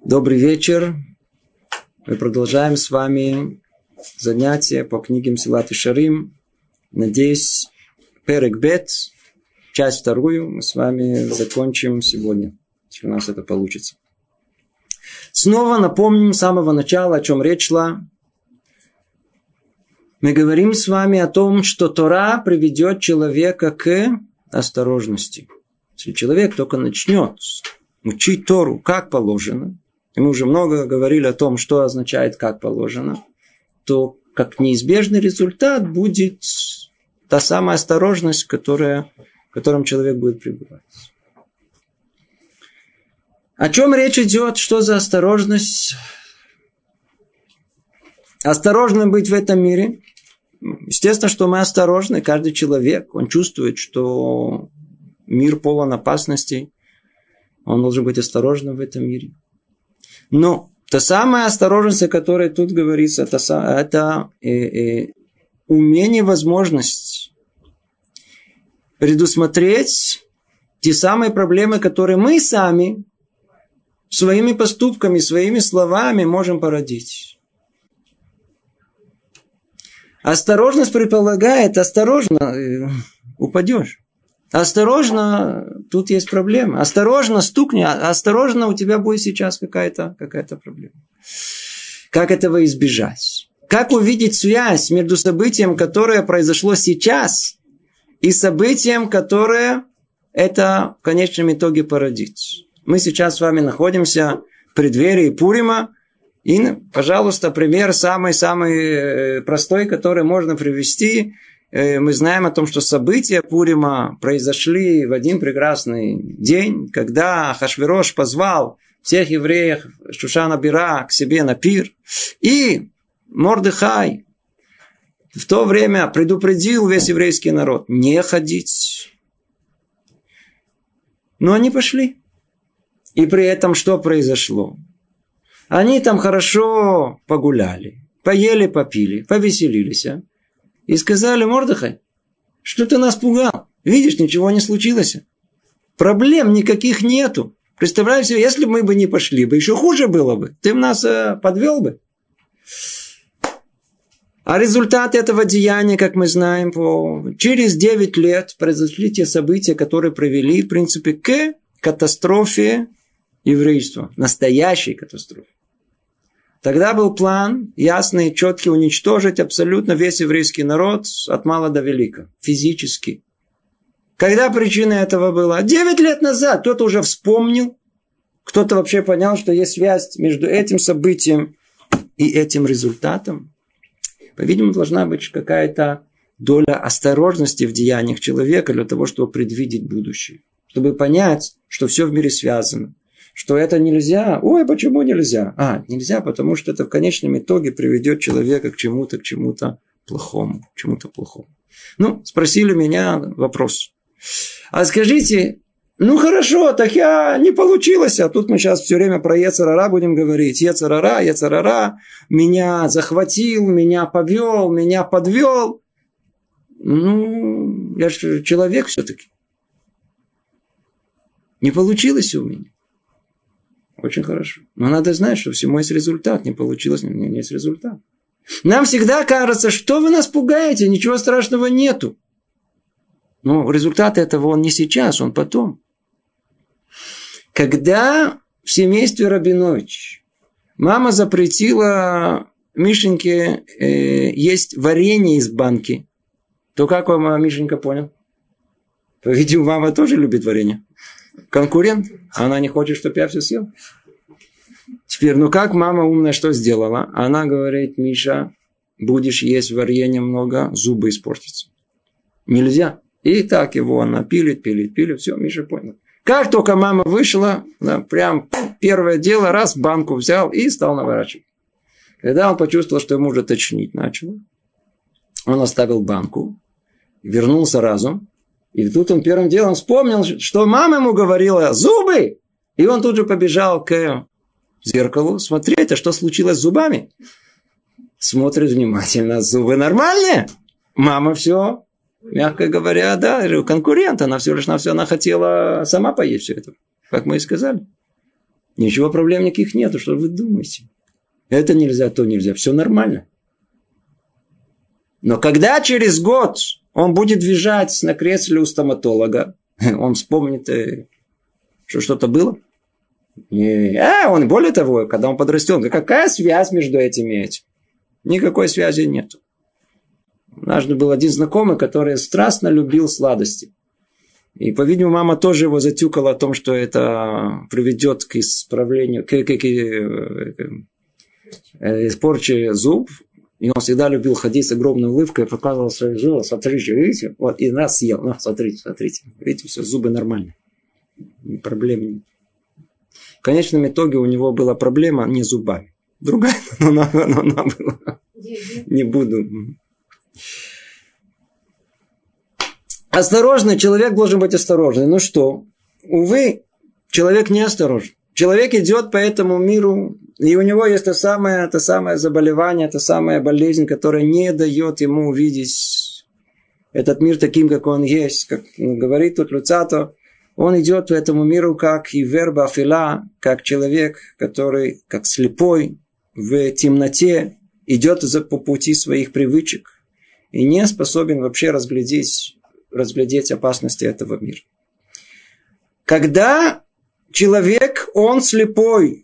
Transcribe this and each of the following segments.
Добрый вечер. Мы продолжаем с вами занятия по книге Месилат Йешарим. Надеюсь, Перек Бет, часть вторую, мы с вами закончим сегодня, если у нас это получится. Снова напомним с самого начала, о чем речь шла. Мы говорим с вами о том, что Тора приведет человека к осторожности. Если человек только начнет учить Тору как положено, и мы уже много говорили о том, что означает как положено, то как неизбежный результат будет та самая осторожность, в котором человек будет пребывать. О чем речь идет? Что за осторожность? Осторожно быть в этом мире. Естественно, что мы осторожны. Каждый человек, он чувствует, что мир полон опасностей. Он должен быть осторожным в этом мире. Но та самая осторожность, о которой тут говорится, это умение, возможность предусмотреть те самые проблемы, которые мы сами своими поступками, своими словами можем породить. Осторожность предполагает, осторожно, упадешь. Осторожно, тут есть проблема. Осторожно, стукни, осторожно, у тебя будет сейчас какая-то проблема. Как этого избежать? Как увидеть связь между событием, которое произошло сейчас, и событием, которое это в конечном итоге породит? Мы сейчас с вами находимся в преддверии Пурима. И, пожалуйста, пример самый-самый простой, который можно привести. Мы знаем о том, что события Пурима произошли в один прекрасный день, когда Ахашверош позвал всех евреев Шушана Бира к себе на пир. И Мордехай в то время предупредил весь еврейский народ не ходить. Но они пошли. И при этом что произошло? Они там хорошо погуляли, поели, попили, повеселились. И сказали: Мордехай, что ты нас пугал? Видишь, ничего не случилось. Проблем никаких нету. Представляешь себе, если бы мы бы не пошли, бы еще хуже было бы. Ты нас подвел бы. А результат этого деяния, как мы знаем, через 9 лет произошли те события, которые привели, в принципе, к катастрофе еврейства. Настоящей катастрофе. Тогда был план ясный, четкий, уничтожить абсолютно весь еврейский народ от мала до велика. Физически. Когда причина этого была? 9 лет назад кто-то уже вспомнил. Кто-то вообще понял, что есть связь между этим событием и этим результатом. По-видимому, должна быть какая-то доля осторожности в деяниях человека для того, чтобы предвидеть будущее. Чтобы понять, что все в мире связано. Что это нельзя. Ой, почему нельзя? Нельзя, потому что это в конечном итоге приведет человека к чему-то плохому. Спросили меня вопрос. А скажите, хорошо, так я не получилось. А тут мы сейчас все время про Йецер ара будем говорить. Йецер ара меня захватил, меня повел, меня подвел. Я же человек все-таки. Не получилось у меня. Очень хорошо. Но надо знать, что всему есть результат. Не получилось, не есть результат. Нам всегда кажется, что вы нас пугаете, ничего страшного нету. Но результат этого он не сейчас, он потом. Когда в семействе Рабинович мама запретила Мишеньке есть варенье из банки, то как вам Мишенька понял? По-видимому, мама тоже любит варенье. Конкурент, она не хочет, чтобы я все съел. Теперь, как мама умная что сделала? Она говорит: Миша, будешь есть варенье много, зубы испортятся. Нельзя. И так его она пилит. Все, Миша понял. Как только мама вышла, прям первое дело, раз банку взял и стал наворачивать. Когда он почувствовал, что ему уже тошнить начало, он оставил банку, вернулся разум. И тут он первым делом вспомнил, что мама ему говорила: зубы! И он тут же побежал к зеркалу смотреть, а что случилось с зубами. Смотрит внимательно, зубы нормальные. Мама все, мягко говоря, конкурент. Она все лишь на все, она хотела сама поесть все это. Как мы и сказали. Ничего проблем никаких нету, что вы думаете. Это нельзя, то нельзя. Все нормально. Но когда через год он будет лежать на кресле у стоматолога, он вспомнит, что что-то было. Он, более того, когда он подрастет, какая связь между этими и этим? Никакой связи нет. У нас был один знакомый, который страстно любил сладости. И, по-видимому, мама тоже его затюкала о том, что это приведет к исправлению, к испорче зуб. И он всегда любил ходить с огромной улыбкой и показывал свои зубы. Смотрите, видите? Вот, и раз съел. Ну, смотрите. Видите, все, зубы нормальные. Проблем нет. В конечном итоге у него была проблема не с зубами. Другая, но она была. Не буду. Осторожный человек должен быть осторожный. Ну что? Увы, человек не осторожен. Человек идет по этому миру, и у него есть то самое заболевание, та самая болезнь, которая не дает ему увидеть этот мир таким, как он есть. Как говорит тут Люцато, он идет по этому миру как ивер бафила, как человек, который, как слепой, в темноте, идет по пути своих привычек и не способен вообще разглядеть опасности этого мира. Когда человек, он слепой,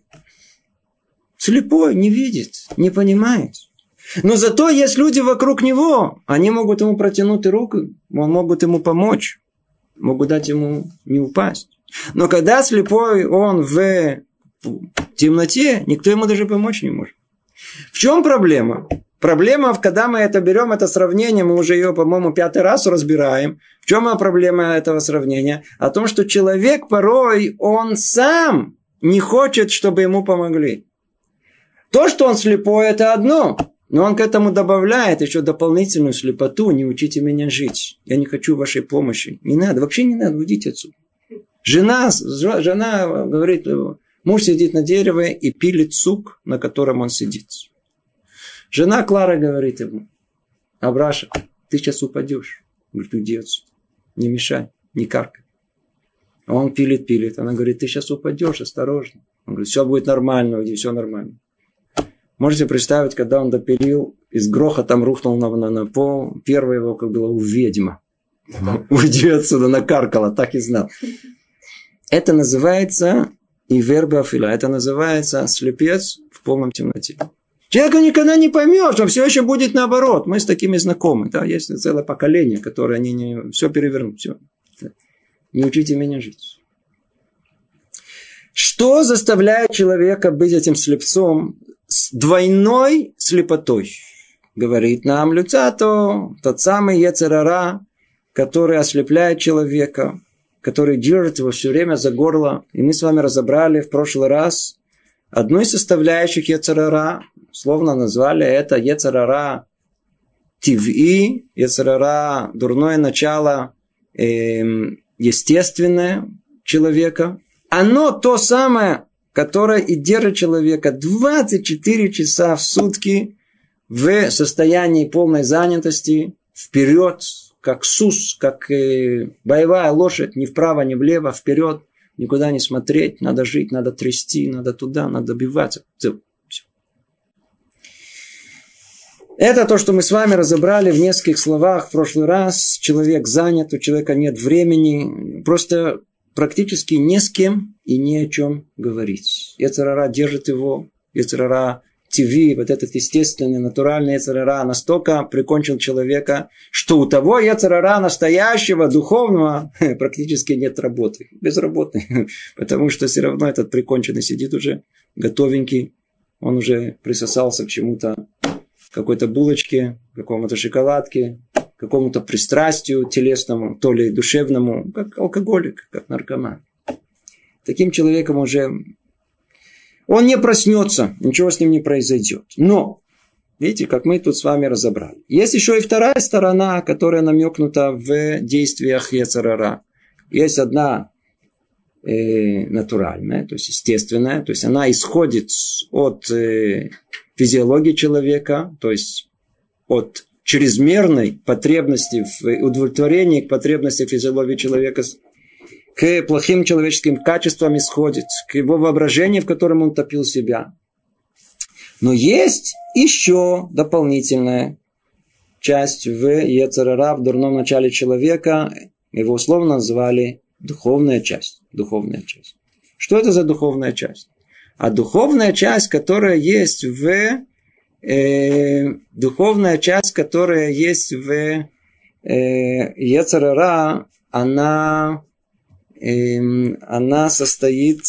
не видит, не понимает. Но зато есть люди вокруг него, они могут ему протянуть руку, могут ему помочь, могут дать ему не упасть. Но когда слепой, он в темноте, никто ему даже помочь не может. В чем проблема? Проблема, когда мы берем это сравнение, мы уже ее, по-моему, 5-й раз разбираем. В чем проблема этого сравнения? О том, что человек порой, он сам не хочет, чтобы ему помогли. То, что он слепой, это одно. Но он к этому добавляет еще дополнительную слепоту. Не учите меня жить. Я не хочу вашей помощи. Не надо, вообще не надо, уйдите отсюда. Жена говорит, муж сидит на дереве и пилит сук, на котором он сидит. Жена Клара говорит ему, Абраша, ты сейчас упадешь. Говорит, уйди отсюда. Не мешай, не каркай. А он пилит. Она говорит, ты сейчас упадешь, осторожно. Он говорит, все будет нормально, уйди, все нормально. Можете представить, когда он допилил, и с грохотом рухнул на пол, первое его, как было, у ведьма. Уйди отсюда, накаркала, так и знал. Это называется ивербафила, это называется слепец в полном темноте. Человек никогда не поймет, он все еще будет наоборот. Мы с такими знакомы. Да? Есть целое поколение, которое они все перевернут. Все. Не учите меня жить. Что заставляет человека быть этим слепцом с двойной слепотой? Говорит нам Люцато, тот самый йецер ара, который ослепляет человека, который держит его все время за горло. И мы с вами разобрали в прошлый раз одну из составляющих йецер ара, словно назвали это йецер ара тив'i, йецер ара дурное начало, естественное человека. Оно то самое, которое и держит человека 24 часа в сутки в состоянии полной занятости, вперед, как сус, как боевая лошадь, ни вправо, ни влево, вперед, никуда не смотреть, надо жить, надо трясти, надо туда, надо добиваться. Все. Это то, что мы с вами разобрали в нескольких словах в прошлый раз. Человек занят, у человека нет времени, просто практически не с кем и ни о чем говорить. Йецер ара держит его, йецер ара тив'i, вот этот естественный, натуральный йецер ара настолько прикончил человека, что у того йецер ара настоящего, духовного, практически нет работы. Безработный. Потому что все равно этот приконченный сидит уже готовенький, он уже присосался к чему-то, какой-то булочке, какому-то шоколадке, какому-то пристрастию телесному, то ли душевному, как алкоголик, как наркоман. Таким человеком уже он не проснется, ничего с ним не произойдет. Но, видите, как мы тут с вами разобрали. Есть еще и вторая сторона, которая намекнута в действиях йецер ара. Есть одна натуральная, то есть естественная, то есть она исходит от физиологии человека, то есть от чрезмерной потребности в удовлетворении к потребности физиологии человека. к плохим человеческим качествам исходит, к его воображению, в котором он топил себя. Но есть еще дополнительная часть в йецер ара, в дурном начале человека. Его условно назвали духовная часть. Духовная часть. Что это за духовная часть? А духовная часть, которая есть в йецер ара, она состоит...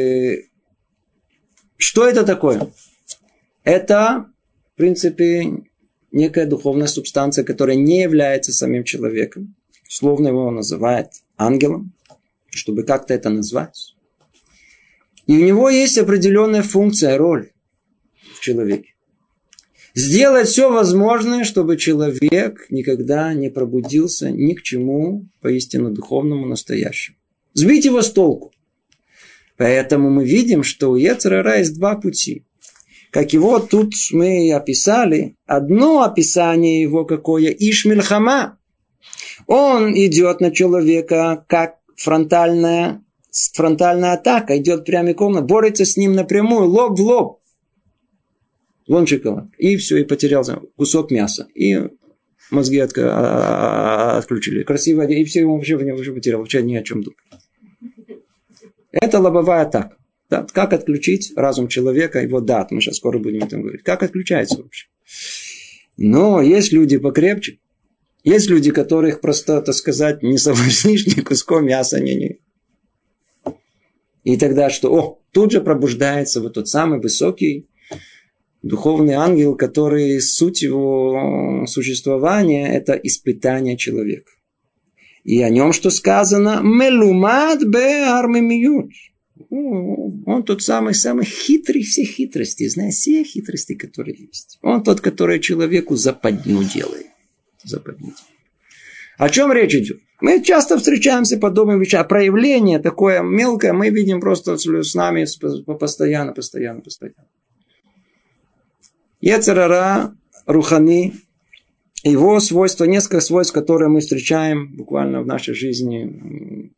Что это такое? Это, в принципе, некая духовная субстанция, которая не является самим человеком. Словно его называют ангелом, чтобы как-то это назвать. И у него есть определенная функция, роль в человеке. Сделать все возможное, чтобы человек никогда не пробудился ни к чему поистину духовному настоящему. Сбить его с толку. Поэтому мы видим, что у йецер ара есть два пути. Как его тут мы описали, одно описание его какое, иш мильхама. Он идет на человека, как фронтальная атака, идет прямиком, борется с ним напрямую, лоб в лоб. Лончикова. И все, и потерял кусок мяса. И мозги отключили. Красиво, и все, его вообще потерял, вообще ни о чем думать. Это лобовая атака. Да, как отключить разум человека, его дат, мы сейчас скоро будем об этом говорить. Как отключается вообще? Но есть люди покрепче. Есть люди, которых просто, так сказать, не соблазнишь ни куском мяса, ни. И тогда что? Тут же пробуждается вот тот самый высокий духовный ангел, который суть его существования – это испытание человека. И о нем что сказано? Мелумат бе армимиют. Он тот самый хитрый всех хитростей, знает все хитрости, которые есть. Он тот, который человеку западню делает. О чем речь идет? Мы часто встречаемся подобными вещами. Проявление такое мелкое мы видим просто с нами постоянно. Йецер ара, рухани, его свойства, несколько свойств, которые мы встречаем буквально в нашей жизни.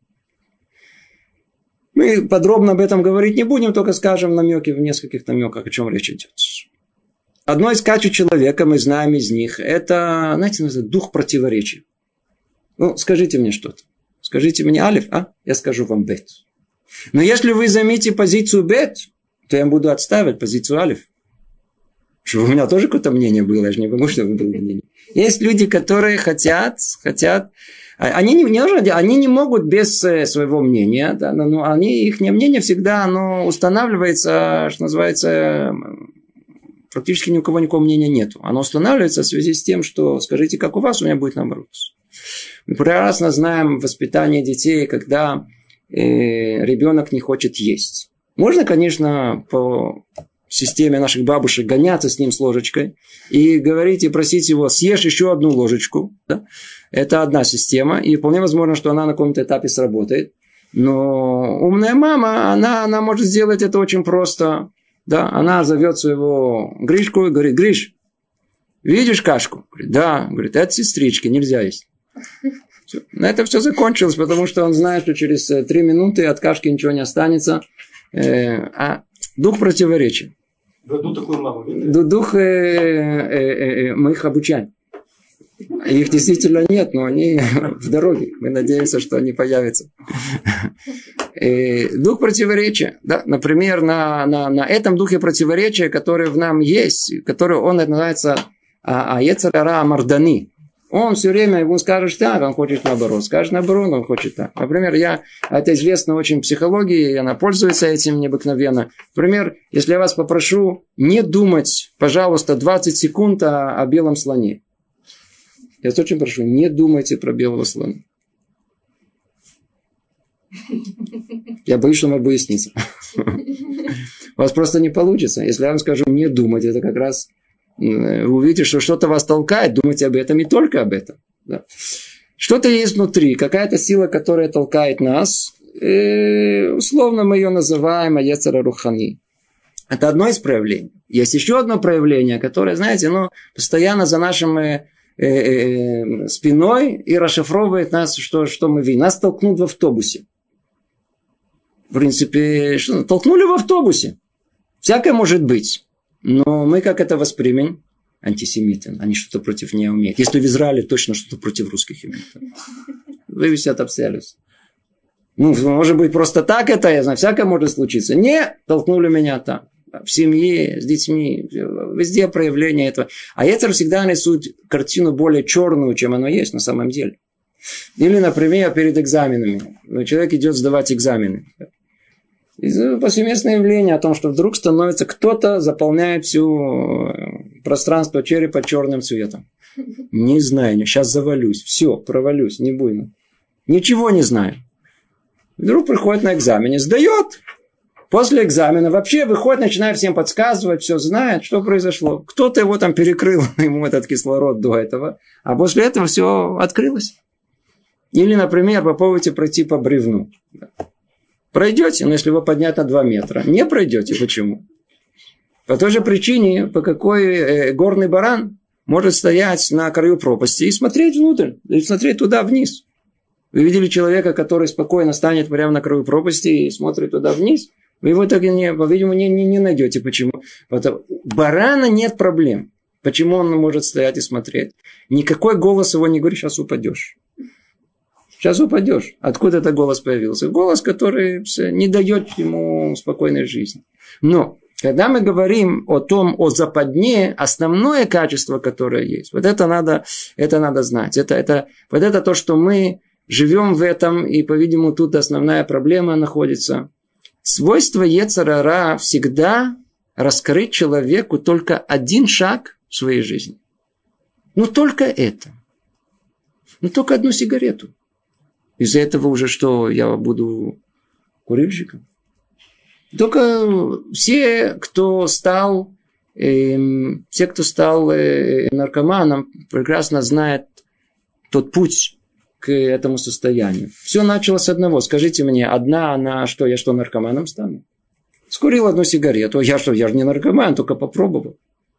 Мы подробно об этом говорить не будем, только скажем намеки, в нескольких намеках, о чем речь идет. Одно из качеств человека, мы знаем из них, это, знаете, дух противоречия. Скажите мне что-то. Скажите мне алиф, я скажу вам бет. Но если вы займете позицию бет, то я буду отстаивать позицию алиф. Чтобы у меня тоже какое-то мнение было, я же не думаю, что было мнение. Есть люди, которые хотят, они не могут без своего мнения, да, но их мнение всегда устанавливается, что называется, практически ни у кого никакого мнения нету. Оно устанавливается в связи с тем, что скажите, как у вас, у меня будет наоборот. Мы прекрасно знаем воспитание детей, когда ребенок не хочет есть. Можно, конечно, по системе наших бабушек гоняться с ним с ложечкой и говорить и просить его, съешь еще одну ложечку. Да? Это одна система, и вполне возможно, что она на каком-то этапе сработает. Но умная мама, она может сделать это очень просто. Да? Она зовет своего Гришку и говорит: Гриш, видишь кашку? Говорит: да. Говорит: это сестрички, нельзя есть. Все. На этом все закончилось, потому что он знает, что через 3 минуты от кашки ничего не останется. А дух противоречия. Вы одну такую маму видели? Дух мы их обучаем. Их действительно нет, но они в дороге. Мы надеемся, что они появятся. Дух противоречия. Да? Например, на этом духе противоречия, который в нам есть, который он называется йецер ара мардани. Он все время ему скажет так, он хочет наоборот. Скажет наоборот, он хочет так. Например, это известно очень в психологии, она пользуется этим необыкновенно. Например, если я вас попрошу не думать, пожалуйста, 20 секунд о белом слоне. Я вас очень прошу, не думайте про белого слона. Я боюсь, что вам будет сниться. У вас просто не получится. Если я вам скажу не думать, это как раз... Вы увидите, что что-то вас толкает, думайте об этом и только об этом. Да. Что-то есть внутри, какая-то сила, которая толкает нас. Условно мы ее называем йецер ара-рухани. Это одно из проявлений. Есть еще одно проявление, которое, знаете, постоянно за нашим спиной и расшифровывает нас, что мы видим. Нас толкнут в автобусе. В принципе, толкнули в автобусе. Всякое может быть. Но мы как это воспримем? Антисемиты. Они что-то против нее умеют. Если в Израиле точно что-то против русских имеют. Зависит от обстоятельств. Может быть, просто так это, я знаю, всякое может случиться. Не, толкнули меня там. В семье, с детьми, везде проявление этого. А Йецер всегда рисует картину более черную, чем оно есть на самом деле. Или, например, перед экзаменами. Человек идет сдавать экзамены. И повсеместное явление о том, что вдруг становится, кто-то заполняет всю пространство черепа черным цветом. Не знаю, сейчас завалюсь, все, провалюсь, не буду. Ничего не знаю. Вдруг приходит на экзамене, сдает. После экзамена вообще выходит, начинает всем подсказывать, все знает, что произошло. Кто-то его там перекрыл, ему этот кислород до этого. А после этого все открылось. Или, например, попробуйте пройти по бревну. Пройдете, но если его поднять на 2 метра. Не пройдете. Почему? По той же причине, по какой горный баран может стоять на краю пропасти и смотреть внутрь, и смотреть туда вниз. Вы видели человека, который спокойно станет прямо на краю пропасти и смотрит туда вниз? Вы его так, по-видимому, не найдете. Почему? Потому у барана нет проблем. Почему он может стоять и смотреть? Никакой голос его не говорит, сейчас упадешь. Сейчас упадешь. Откуда этот голос появился? Голос, который не дает ему спокойной жизни. Но, когда мы говорим о западне, основное качество, которое есть, вот это надо знать. Вот это то, что мы живем в этом, и, по-видимому, тут основная проблема находится. Свойство Йецер ара всегда раскрыть человеку только один шаг в своей жизни. Только это. Только одну сигарету. Из-за этого уже что, я буду курильщиком? Только все, кто стал наркоманом, прекрасно знают тот путь к этому состоянию. Все началось с одного. Скажите мне, одна она, что я наркоманом стану? Скурил одну сигарету. Я же не наркоман, только попробовал.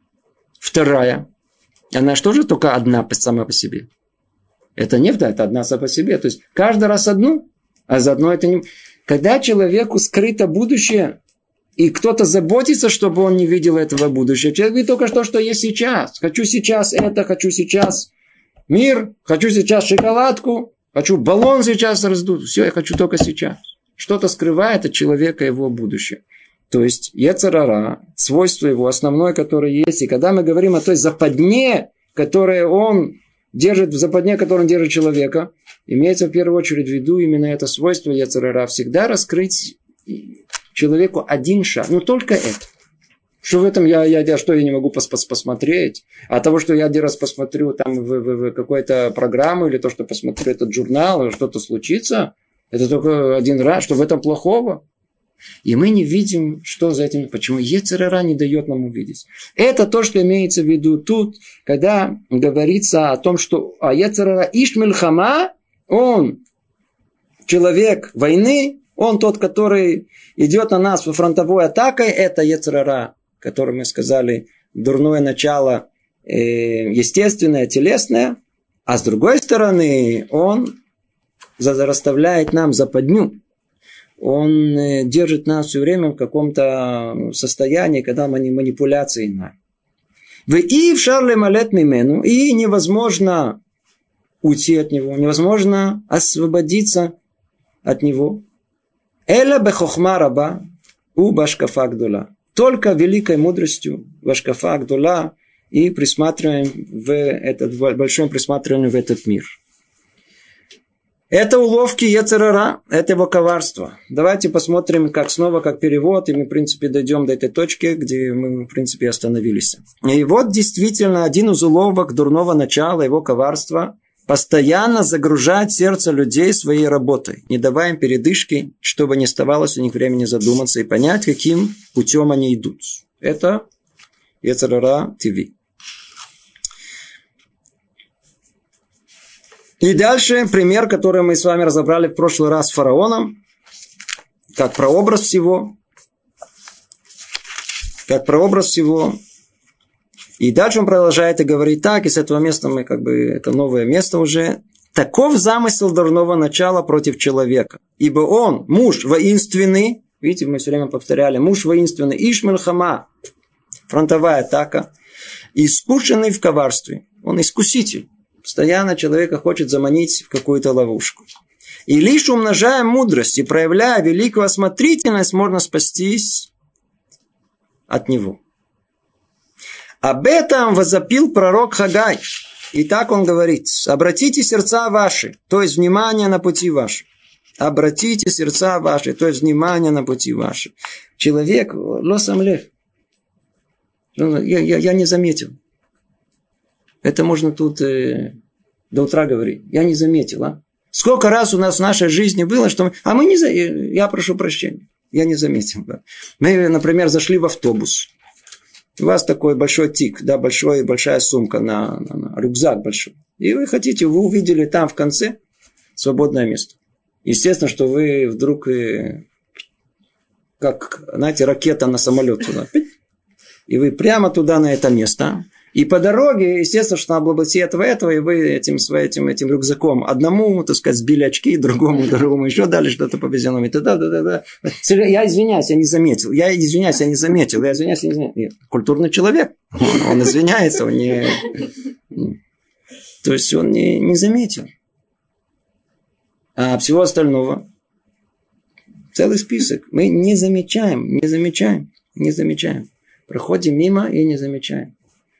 Вторая. Она что же только одна сама по себе? Это не это одна сама по себе. То есть, каждый раз одну, а заодно это не... Когда человеку скрыто будущее, и кто-то заботится, чтобы он не видел этого будущего, человек видит только что есть сейчас. Хочу сейчас это, хочу сейчас мир, хочу сейчас шоколадку, хочу баллон сейчас раздуть. Все, я хочу только сейчас. Что-то скрывает от человека его будущее. То есть, Йецер ара, свойство его основное, которое есть. И когда мы говорим о той западне, которое он держит, в западне, которое он держит человека, имеется в первую очередь в виду именно это свойство Йецер ара. Всегда раскрыть человеку один шаг. Только это. Что в этом я не могу посмотреть? А того, что я один раз посмотрю там в какую-то программу, или то, что посмотрю этот журнал, или что-то случится, это только один раз. Что в этом плохого? И мы не видим, что за этим, почему Йецер ара не дает нам увидеть. Это то, что имеется в виду тут, когда говорится о том, что Йецер ара иш мильхама, он человек войны, он тот, который идет на нас во фронтовой атакой, это Йецер ара, который мы сказали, дурное начало, естественное, телесное, а с другой стороны, он расставляет нам западню. Он держит нас все время в каком-то состоянии, когда мы манипуляции нами. И в шарле малет мимену, и невозможно уйти от него, невозможно освободиться от него. Эла бехохма раба у башкафа гдола. Только великой мудростью башкафа гдола и присматриваем большим присматриванием в этот мир. Это уловки Йецер ара, это его коварство. Давайте посмотрим, как перевод, и мы, в принципе, дойдем до этой точки, где мы, в принципе, остановились. И вот, действительно, один из уловок дурного начала, его коварства, постоянно загружать сердце людей своей работой, не давая им передышки, чтобы не оставалось у них времени задуматься и понять, каким путем они идут. Это Йецер ара ТВ. И дальше пример, который мы с вами разобрали в прошлый раз с фараоном, как прообраз всего. И дальше он продолжает и говорит так, и с этого места это новое место уже. Таков замысел дурного начала против человека. Ибо он, муж воинственный, видите, мы все время повторяли, муж воинственный, иш мельхама, фронтовая атака, искушенный в коварстве. Он искуситель. Постоянно человека хочет заманить в какую-то ловушку. И лишь умножая мудрость и проявляя великую осмотрительность, можно спастись от него. Об этом возопил пророк Хагай. И так он говорит: обратите сердца ваши, то есть внимание на пути ваши. Обратите сердца ваши, то есть внимание на пути ваши. Человек, лосамлев. Я не заметил. Это можно тут до утра говорить. Я не заметил, а? Сколько раз у нас в нашей жизни было, что мы не заметили. Я прошу прощения. Я не заметил. Да. Мы, например, зашли в автобус. У вас такой большой тик, да, большая сумка на рюкзак большой. И вы увидели там в конце свободное место. Естественно, что вы вдруг, как, знаете, ракета на самолет туда. И вы прямо туда, на это место. И по дороге, естественно, что надо было быть этого, и вы этим рюкзаком одному, так сказать, сбили очки, другому еще дали что-то по физиономии. Да. Я извиняюсь, я не заметил. Нет, культурный человек. Он извиняется, он не... То есть, он не заметил. А всего остального целый список. Мы не замечаем. Проходим мимо и не замечаем.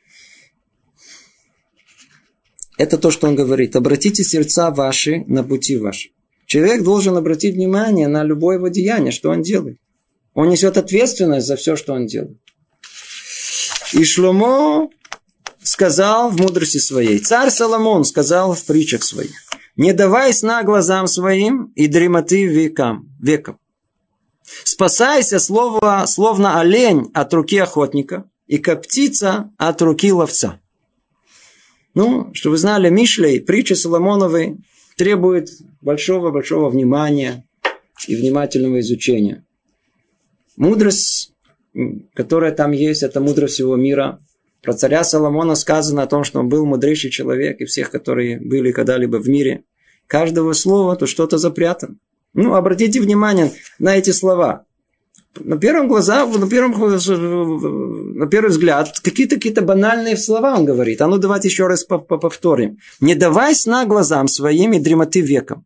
Это то, что он говорит. Обратите сердца ваши на пути ваши. Человек должен обратить внимание на любое его деяние, что он делает. Он несет ответственность за все, что он делает. И Шломо сказал в мудрости своей. Царь Соломон сказал в притчах своих. Не давай сна глазам своим и дремоты векам. Спасайся, словно олень от руки охотника и как птица от руки ловца. Что вы знали, Мишлей, притча Соломоновой, требует большого внимания и внимательного изучения. Мудрость, которая там есть, это мудрость всего мира. Про царя Соломона сказано о том, что он был мудрейший человек и всех, которые были когда-либо в мире. Каждого слова то что-то запрятано. Обратите внимание на эти слова. На первый взгляд, какие-то банальные слова он говорит. Давайте еще раз повторим. Не давай сна глазам своим и дремоты векам.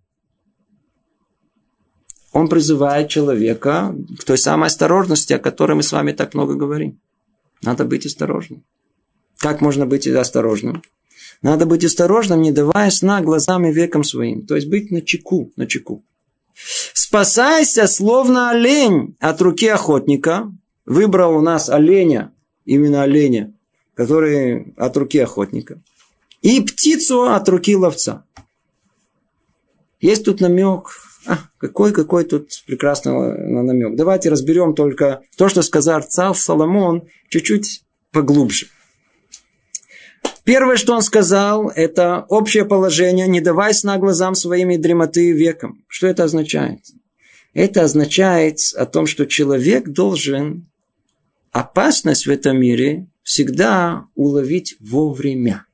Он призывает человека к той самой осторожности, о которой мы с вами так много говорим. Надо быть осторожным. Как можно быть осторожным? Надо быть осторожным, не давая сна глазам и векам своим. То есть быть начеку. Спасайся, словно олень от руки охотника. Выбрал у нас оленя, именно оленя, который от руки охотника. И птицу от руки ловца. Есть тут намек. Какой тут прекрасный намек. Давайте разберем только то, что сказал царь Соломон, чуть-чуть поглубже. Первое, что он сказал, это общее положение, не давай сна глазам своим и дремоты векам. Что это означает? Это означает о том, что человек должен опасность в этом мире всегда уловить вовремя.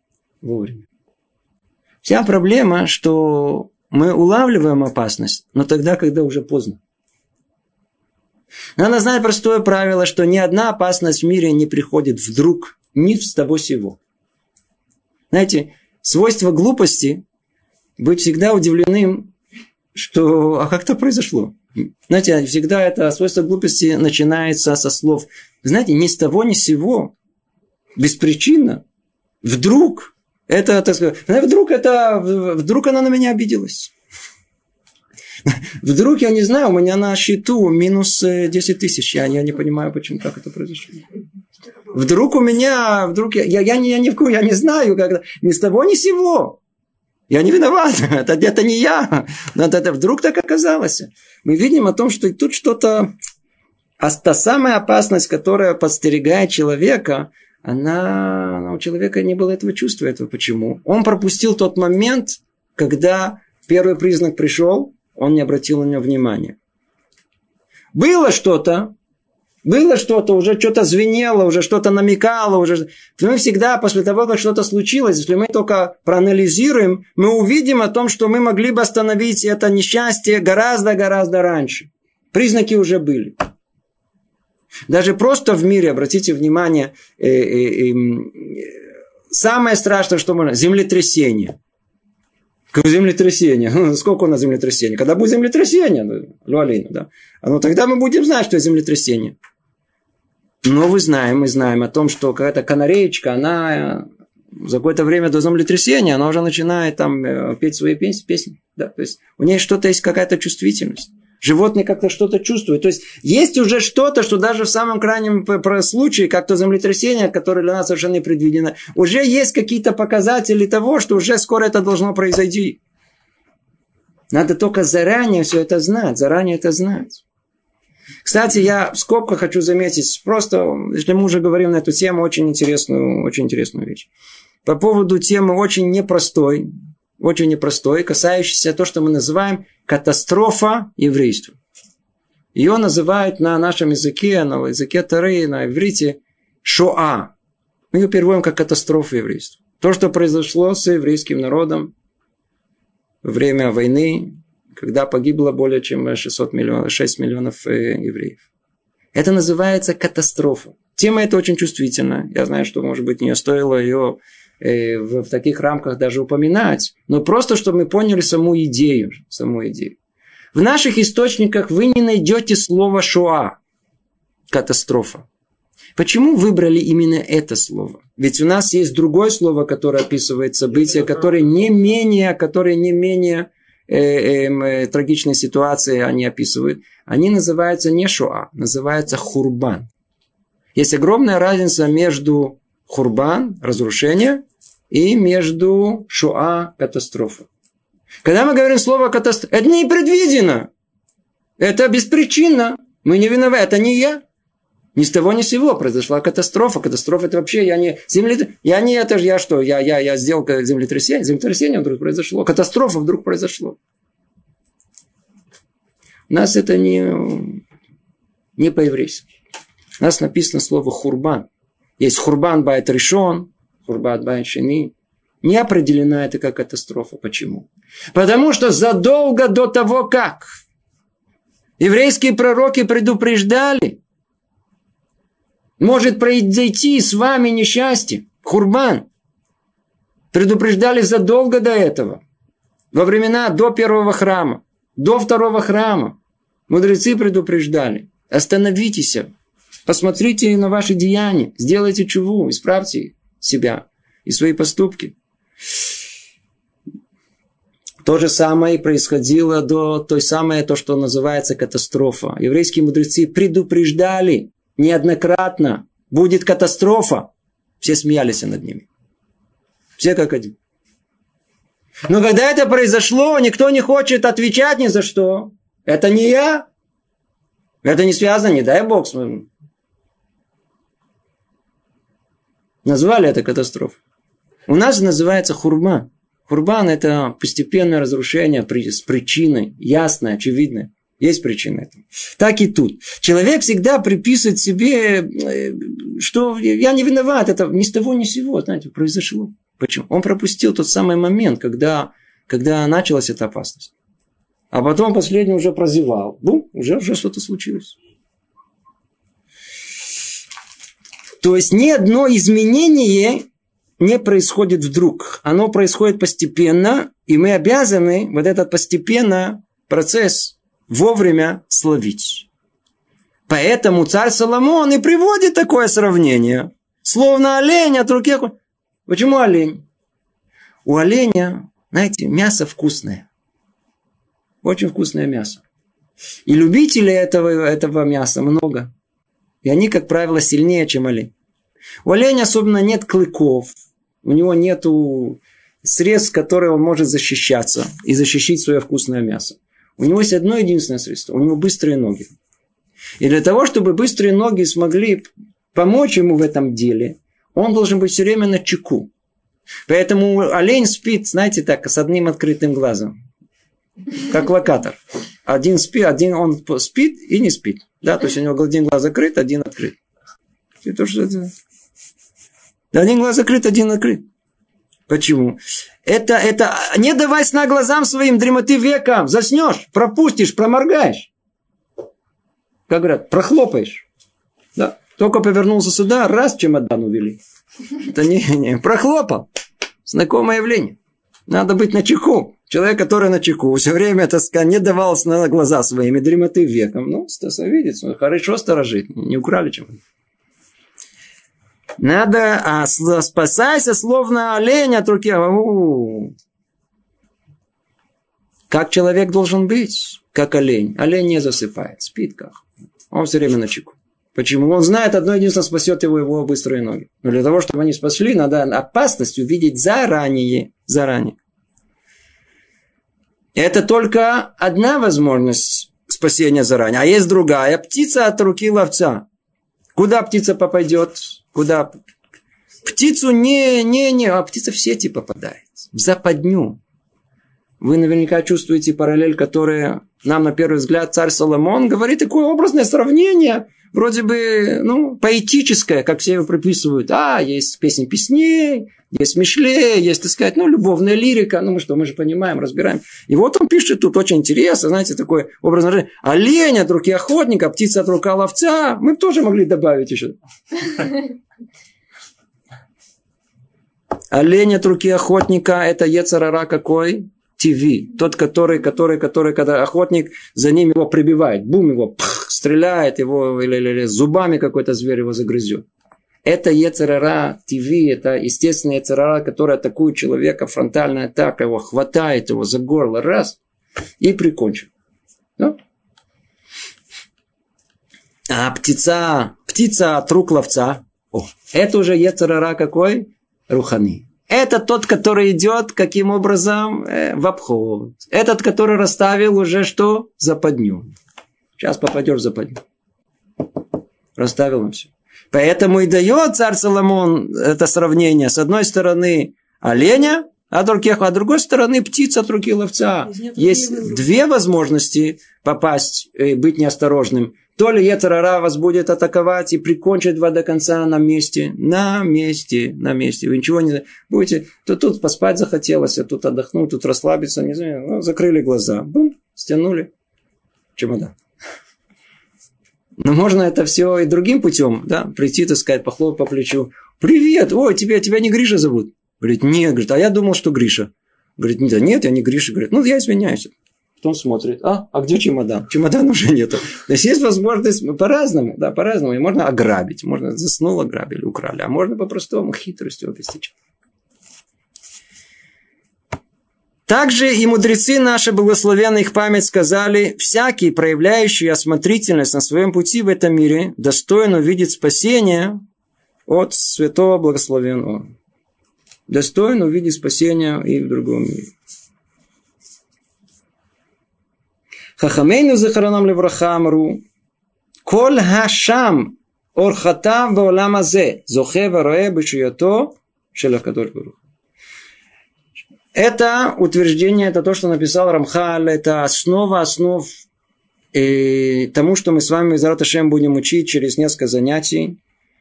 Вся проблема, что мы улавливаем опасность, но тогда, когда уже поздно. Надо знать простое правило, что ни одна опасность в мире не приходит вдруг, ни с того сего. Знаете, свойство глупости быть всегда удивленным, что как это произошло. Знаете, всегда это свойство глупости начинается со слов. Знаете, ни с того, ни с сего, беспричинно, вдруг, вдруг она на меня обиделась. Вдруг, я не знаю, у меня на счету минус 10 тысяч. Я не понимаю, почему так это произошло. Вдруг я не знаю, когда, ни с того, ни с сего. Я не виноват, это не я. Но это вдруг так оказалось. Мы видим о том, что тут что-то... та самая опасность, которая подстерегает человека, у человека не было этого чувства. Почему? Он пропустил тот момент, когда первый признак пришел, он не обратил на него внимания. Было что-то, Было что-то, уже что-то звенело, уже что-то намекало. Уже... Мы всегда, после того, как что-то случилось, если мы только проанализируем, мы увидим о том, что мы могли бы остановить это несчастье гораздо-гораздо раньше. Признаки уже были. Даже просто в мире, обратите внимание, самое страшное, что можно, землетрясение. Землетрясение. Сколько у нас землетрясений? Когда будет землетрясение? Да? Ну, тогда мы будем знать, что это землетрясение. Но мы знаем о том, что какая-то канареечка, она за какое-то время до землетрясения, она уже начинает там петь свои песни. Да? То есть у нее что-то есть, какая-то чувствительность. Животные как-то что-то чувствуют. То есть есть уже что-то, что даже в самом крайнем случае, как то землетрясение, которое для нас совершенно не предвидено, уже есть какие-то показатели того, что уже скоро это должно произойти. Надо только заранее все это знать. Кстати, я в скобках хочу заметить, просто, если мы уже говорим на эту тему, очень интересную вещь. По поводу темы очень непростой, касающейся того, что мы называем катастрофа еврейства. Ее называют на нашем языке, на языке Торы, на иврите, шоа. Мы ее переводим как катастрофа еврейства. То, что произошло с еврейским народом во время войны, когда погибло более чем 6 миллионов евреев. Это называется катастрофа. Тема эта очень чувствительна. Я знаю, что, может быть, не стоило ее в таких рамках даже упоминать, но просто, чтобы мы поняли саму идею. В наших источниках вы не найдете слова «шоа» – катастрофа. Почему выбрали именно это слово? Ведь у нас есть другое слово, которое описывает события, которые не менее трагичные ситуации они описывают. Они называются не «шоа», называются «хурбан». Есть огромная разница между хурбан, разрушение, и между шоа, катастрофа. Когда мы говорим слово катастрофа, это не предвидено. Это беспричинно. Мы не виноваты. Это не я. Ни с того ни с сего произошла катастрофа. Катастрофа это вообще я сделал землетрясение. Землетрясение вдруг произошло. Катастрофа вдруг произошло. У нас это не по-еврейски. У нас написано слово хурбан. Есть хурбан байт ришон, хурбан байт шени. Не определена это как катастрофа. Почему? Потому что задолго до того, как еврейские пророки предупреждали, может произойти с вами несчастье, хурбан. Предупреждали задолго до этого. Во времена до первого храма, до второго храма. Мудрецы предупреждали. Остановитесь. Посмотрите на ваши деяния. Сделайте чуву. Исправьте себя и свои поступки. То же самое происходило до той самой, то, что называется катастрофа. Еврейские мудрецы предупреждали неоднократно. Будет катастрофа. Все смеялись над ними. Все как один. Но когда это произошло, никто не хочет отвечать ни за что. Это не я. Это не связано, не дай Бог. Назвали это катастрофой. У нас называется хурбан. Хурбан – это постепенное разрушение с причиной, ясной, очевидной. Есть причина этому. Так и тут. Человек всегда приписывает себе, что я не виноват, это ни с того ни с сего, знаете, произошло. Почему? Он пропустил тот самый момент, когда началась эта опасность. А потом последний уже прозевал. Бум, уже что-то случилось. То есть ни одно изменение не происходит вдруг. Оно происходит постепенно, и мы обязаны вот этот постепенно процесс вовремя словить. Поэтому царь Соломон и приводит такое сравнение. Словно олень от руки. Почему олень? У оленя, знаете, мясо вкусное. Очень вкусное мясо. И любителей этого мяса много. И они, как правило, сильнее, чем олень. У оленя особенно нет клыков. У него нет средств, которые он может защищаться и защитить свое вкусное мясо. У него есть одно единственное средство. У него быстрые ноги. И для того, чтобы быстрые ноги смогли помочь ему в этом деле, он должен быть все время на чеку. Поэтому олень спит, знаете, так, с одним открытым глазом. Как локатор. один спит, один он спит и не спит. Да, то есть у него один глаз закрыт, один открыт. И то, что это... Один глаз закрыт, один открыт. Почему? Это не давай сна глазам своим, дремоты векам. Заснешь, пропустишь, проморгаешь. Как говорят, прохлопаешь. Да. Только повернулся сюда, раз чемодан увели. Это не, прохлопал. Знакомое явление. Надо быть начеку. Человек, который начеку, все время, так сказать, не давал сна глаза своими, дремоты векам. Ну, видит, хорошо сторожит. Не украли чего-то. Надо, спасайся, словно олень от руки. Как человек должен быть? Как олень. Олень не засыпает, спит как. Он все время начеку. Почему? Он знает, одно единственное спасет его быстрые ноги. Но для того, чтобы они спасли, надо опасность увидеть заранее. Это только одна возможность спасения заранее. А есть другая. Птица от руки ловца. Куда птица попадет? Куда? Птицу а птица в сети попадает. В западню. Вы наверняка чувствуете параллель, которая нам на первый взгляд царь Соломон говорит такое образное сравнение. Вроде бы, поэтическое, как все его приписывают. Есть песни песней, есть Мишле, есть, так сказать, любовная лирика. Мы же понимаем, разбираем. И вот он пишет тут очень интересно, знаете, такое образное выражение. Олень от руки охотника, птица от рука ловца. Мы бы тоже могли добавить еще. Олень от руки охотника, это йецер ара какой? ТВ. Тот, который, когда охотник за ним его прибивает. Бум, его стреляет, его или зубами какой-то зверь его загрызет. Это йецер ара ТВ, это естественный йецер ара, который атакует человека, фронтальная атака, его хватает его за горло, раз, и прикончит. Да? А птица от рук ловца, это уже йецер ара какой? Рухани. Это тот, который идет, каким образом, в обход. Этот, который расставил уже что? Западню. Сейчас попадешь в западню. Расставил он все. Поэтому и дает царь Соломон это сравнение. С одной стороны оленя от руки, а с другой стороны птица от руки ловца. Есть две возможности попасть, быть неосторожным. То ли йецер ара вас будет атаковать и прикончить вас до конца на месте. На месте. Вы ничего не будете. То тут поспать захотелось, а тут отдохнуть, тут расслабиться. Не знаю, закрыли глаза. Бум, стянули чемодан. Но можно это все и другим путем. Да? Прийти, так сказать, похлопать по плечу. Привет, тебя не Гриша зовут? Говорит, нет, а я думал, что Гриша. Говорит, нет, я не Гриша. Говорит, я извиняюсь. Потом смотрит, а где чемодан? Чемодана уже нету. То есть, есть возможность по-разному, да, по-разному. И можно ограбить, можно заснул, ограбили, украли. А можно по-простому хитростью обеспечить. Также и мудрецы наши, благословенная их память, сказали, всякий, проявляющий осмотрительность на своем пути в этом мире, достоин увидеть спасение от святого благословенного. Достоин увидеть спасение и в другом мире. Хахамейну захаранам левраха амру, коль хашам орхатав баолам азе, зохе вароэ бешуято шел акадош барух. Это утверждение, это то, что написал Рамхаль, это основа основ тому, что мы с вами из Ме'езрат Ашем будем учить через несколько занятий.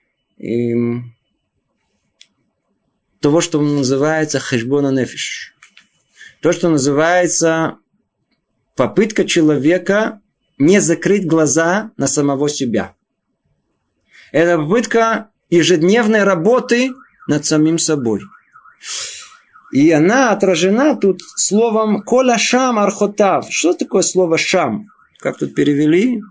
Того, что называется хешбон нефиш. То, что называется попытка человека не закрыть глаза на самого себя. Это попытка ежедневной работы над самим собой. И она отражена тут словом «кола шам архотав». Что такое слово «шам»? Как тут перевели?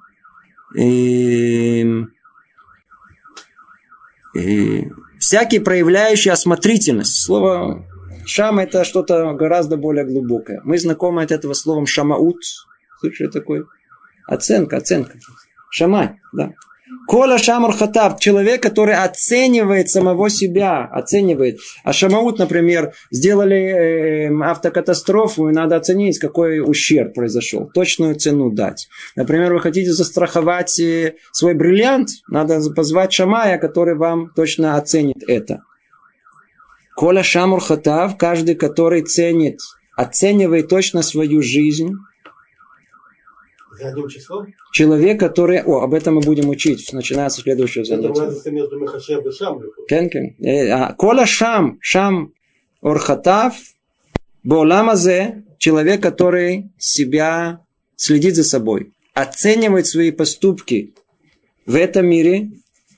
Всякий проявляющий осмотрительность. Слово «шам» – это что-то гораздо более глубокое. Мы знакомы от этого словом «шамаут». Слышали такое? Оценка. Шамай, да. Кола шамар хатав, человек, который оценивает самого себя, оценивает. А шамаут, например, сделали автокатастрофу, и надо оценить, какой ущерб произошел, точную цену дать. Например, вы хотите застраховать свой бриллиант, надо позвать шамая, который вам точно оценит это. Кола шамар хатав, каждый, который оценивает точно свою жизнь, Задним числом? Человек, который... об этом мы будем учить, начиная со следующего занятия. Это разница между Мехашев и Шам. Кола Шам Орхатав, Боламазе, человек, который себя следит за собой, оценивает свои поступки в этом мире,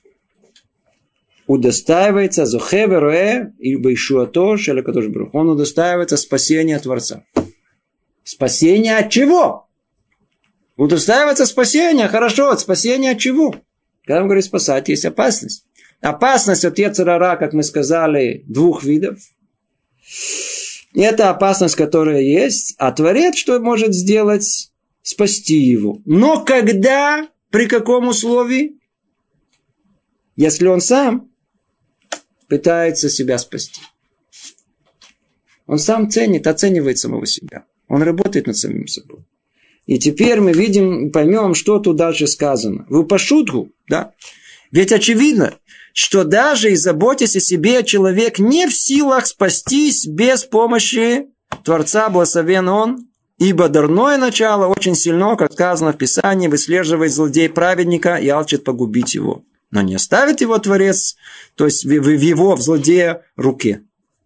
удостаивается Зохеверуэ и Байшуато Шелакадош Брух. Он удостаивается спасения Творца. Спасение от чего? Удостаивается спасения. Хорошо, от спасения от чего? Когда он говорит спасать, есть опасность. Опасность от Йецер ара, как мы сказали, двух видов. Это опасность, которая есть. А Творец что может сделать? Спасти его. Но когда? При каком условии? Если он сам пытается себя спасти. Он сам оценивает самого себя. Он работает над самим собой. И теперь мы видим, поймем, что тут дальше сказано. Вы по шутку, да? Ведь очевидно, что даже и заботясь о себе, человек не в силах спастись без помощи Творца, благословен он, ибо дурное начало очень сильно, как сказано в Писании, выслеживает злодей праведника и алчит погубить его. Но не оставит его Творец, то есть в злодея руке.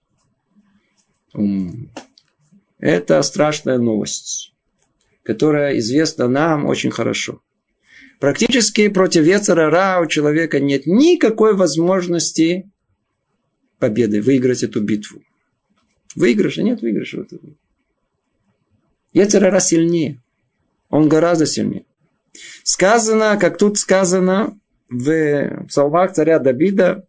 Это страшная новость, которая известна нам очень хорошо. Практически против Йецер ара у человека нет никакой возможности победы, выиграть эту битву. Выигрыша, нет выигрыша в эту битву. Йецер ара сильнее. Он гораздо сильнее. Сказано, как тут сказано в псалмах царя Давида,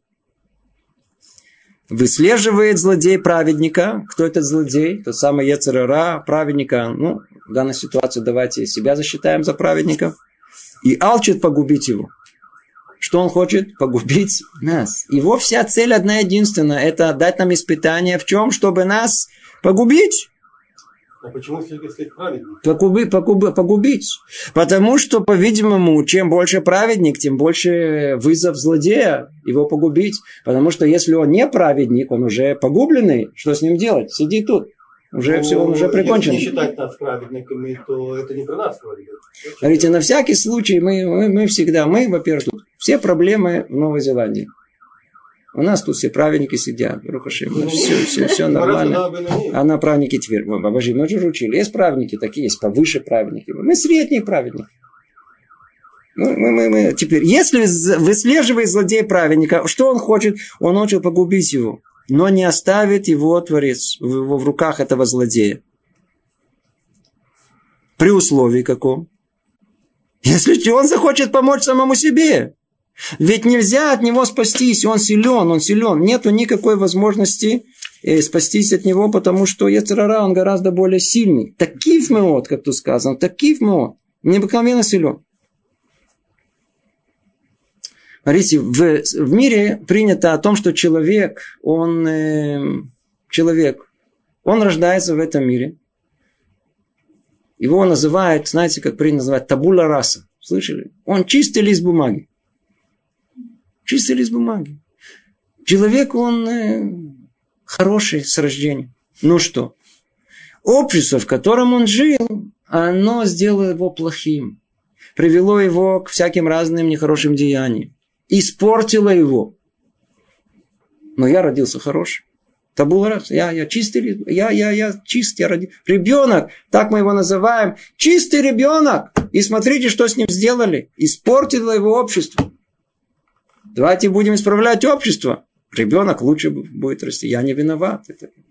выслеживает злодей праведника. Кто этот злодей? Тот самый Йецер ара, праведника. В данной ситуации давайте себя засчитаем за праведников. И алчит погубить его. Что он хочет? Погубить нас. Его вся цель одна единственная. Это дать нам испытание в чем? Чтобы нас погубить. А почему если праведник? Погубить. Потому что, по-видимому, чем больше праведник, тем больше вызов злодея его погубить. Потому что если он не праведник, он уже погубленный. Что с ним делать? Сиди тут. Уже все, он уже прикончен. Если не считать нас праведниками, то это не про нас говорит. Говорите, на всякий случай мы всегда, во-первых, тут все проблемы в Новой Зеландии. У нас тут все праведники сидят, все нормально. А на праведники теперь, бабажи, мы же учили, есть праведники такие, есть повыше праведники. Мы средние праведники. Мы теперь, если выслеживает злодей праведника, что он хочет? Он хочет погубить его. Но не оставит его Творец в руках этого злодея. При условии каком? Если он захочет помочь самому себе. Ведь нельзя от него спастись. Он силен. Нету никакой возможности спастись от него, потому что Йецер ара, он гораздо более сильный. Такив меот, как тут сказано. Такив меот. Необыкновенно силен. Смотрите, в мире принято о том, что человек, он рождается в этом мире. Его называют, знаете, как принято называть, табула раса. Слышали? Он чистый лист бумаги. Чистый лист бумаги. Человек, он хороший с рождения. Ну что? Общество, в котором он жил, оно сделало его плохим. Привело его к всяким разным нехорошим деяниям. Испортила его. Но я родился хороший. Табула раса. Я чистый. Я чист. Ребенок. Так мы его называем. Чистый ребенок. И смотрите, что с ним сделали. Испортило его общество. Давайте будем исправлять общество. Ребенок лучше будет расти. Я не виноват.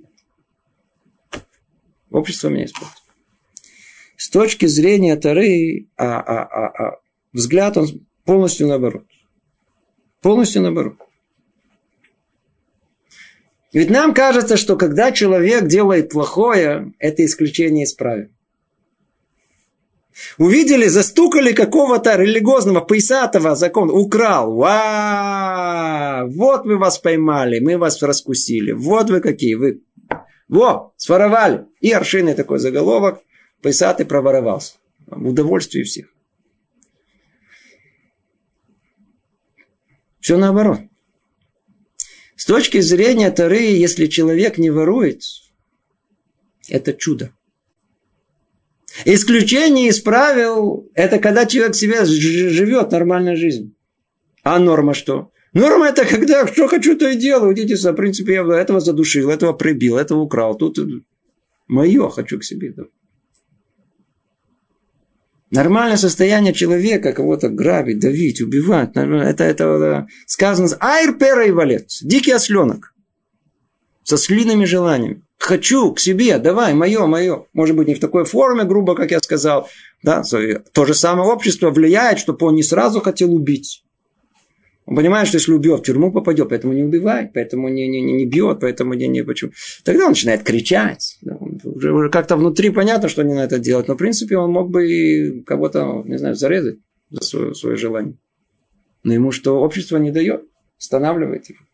Общество меня испортило. С точки зрения Торы, взгляд он полностью наоборот. Полностью наоборот. Ведь нам кажется, что когда человек делает плохое, это исключение из правил. Увидели, застукали какого-то религиозного, пейсатого закона, украл. Вот мы вас поймали, мы вас раскусили. Вот вы какие, вы. Своровали. И аршинный такой заголовок, пейсатый проворовался. В удовольствие всех. Все наоборот. С точки зрения Торы, если человек не ворует, это чудо. Исключение из правил – это когда человек себе живет нормальной жизнью. А норма что? Норма – это когда что хочу, то и делаю. Идите, в принципе, я этого задушил, этого прибил, этого украл. Тут мое хочу к себе. Нормальное состояние человека, кого-то грабить, давить, убивать. Это сказано «айр пера и валец», дикий осленок. Со слиными желаниями. Хочу к себе, давай, мое. Может быть, не в такой форме, грубо, как я сказал. Да? То же самое общество влияет, чтобы он не сразу хотел убить. Он понимает, что если убьет, в тюрьму попадет, поэтому не убивает, поэтому не бьет, поэтому не почему. Тогда он начинает кричать. Да? Уже как-то внутри понятно, что не надо это делать. Но, в принципе, он мог бы и кого-то, не знаю, зарезать за свое желание. Но ему что общество не дает, останавливает его.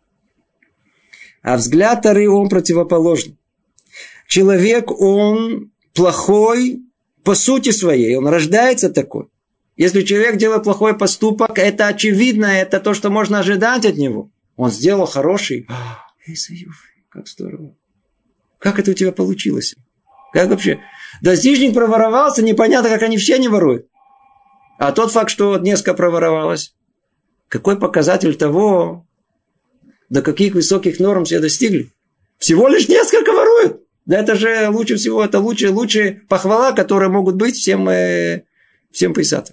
А взгляд Торы, он противоположный. Человек, он плохой по сути своей, он рождается такой. Если человек делает плохой поступок, это очевидно, это то, что можно ожидать от него. Он сделал хороший. Эй, Саюф, как здорово. Как это у тебя получилось? Как вообще? Достижник проворовался, непонятно, как они все не воруют. А тот факт, что несколько проворовалось, какой показатель того, до каких высоких норм все достигли? Всего лишь несколько воруют. Да это же лучше всего, это лучшая похвала, которая могут быть всем пейсатам.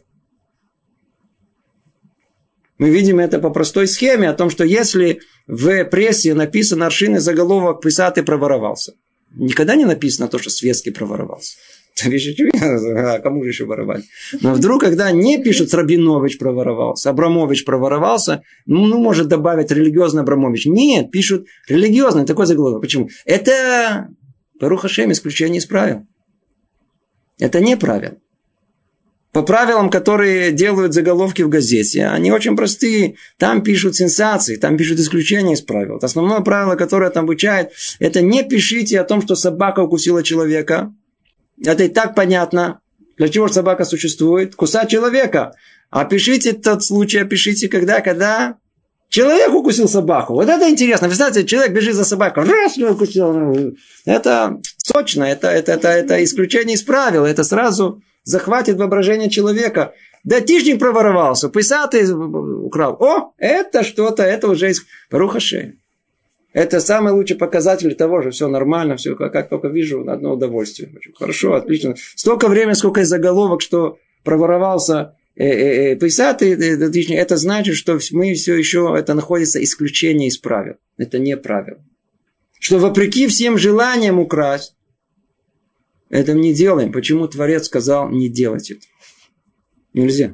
Мы видим это по простой схеме, о том, что если в прессе написано аршинный заголовок «Пейсаты проворовался», никогда не написано то, что Светский проворовался. А кому же еще воровать? Но вдруг, когда не пишут «Рабинович проворовался», «Абрамович проворовался», может добавить «религиозный Абрамович». Нет, пишут «религиозный», такой заголовок. Почему? Это, Барух Ашем, исключение из правил. Это не правило. По правилам, которые делают заголовки в газете, они очень простые. Там пишут сенсации, там пишут исключения из правил. Основное правило, которое там обучает, это не пишите о том, что собака укусила человека. Это и так понятно. Для чего собака существует? Кусать человека. Опишите тот случай, опишите, когда человек укусил собаку. Вот это интересно. Вы знаете, человек бежит за собакой. Раз, укусил. Это сочно. Это исключение из правил. Это сразу захватит воображение человека. Датишник проворовался. Писатый украл. О, это что-то. Это уже из Барух Ашем. Это самый лучший показатель того, что все нормально, все как только вижу, одно удовольствие. Хорошо, отлично. Столько времени, сколько из заголовок, что проворовался писатый, это значит, что мы все еще, это находится исключение из правил. Это не правило. Что вопреки всем желаниям украсть, это не делаем. Почему Творец сказал не делать это? Нельзя.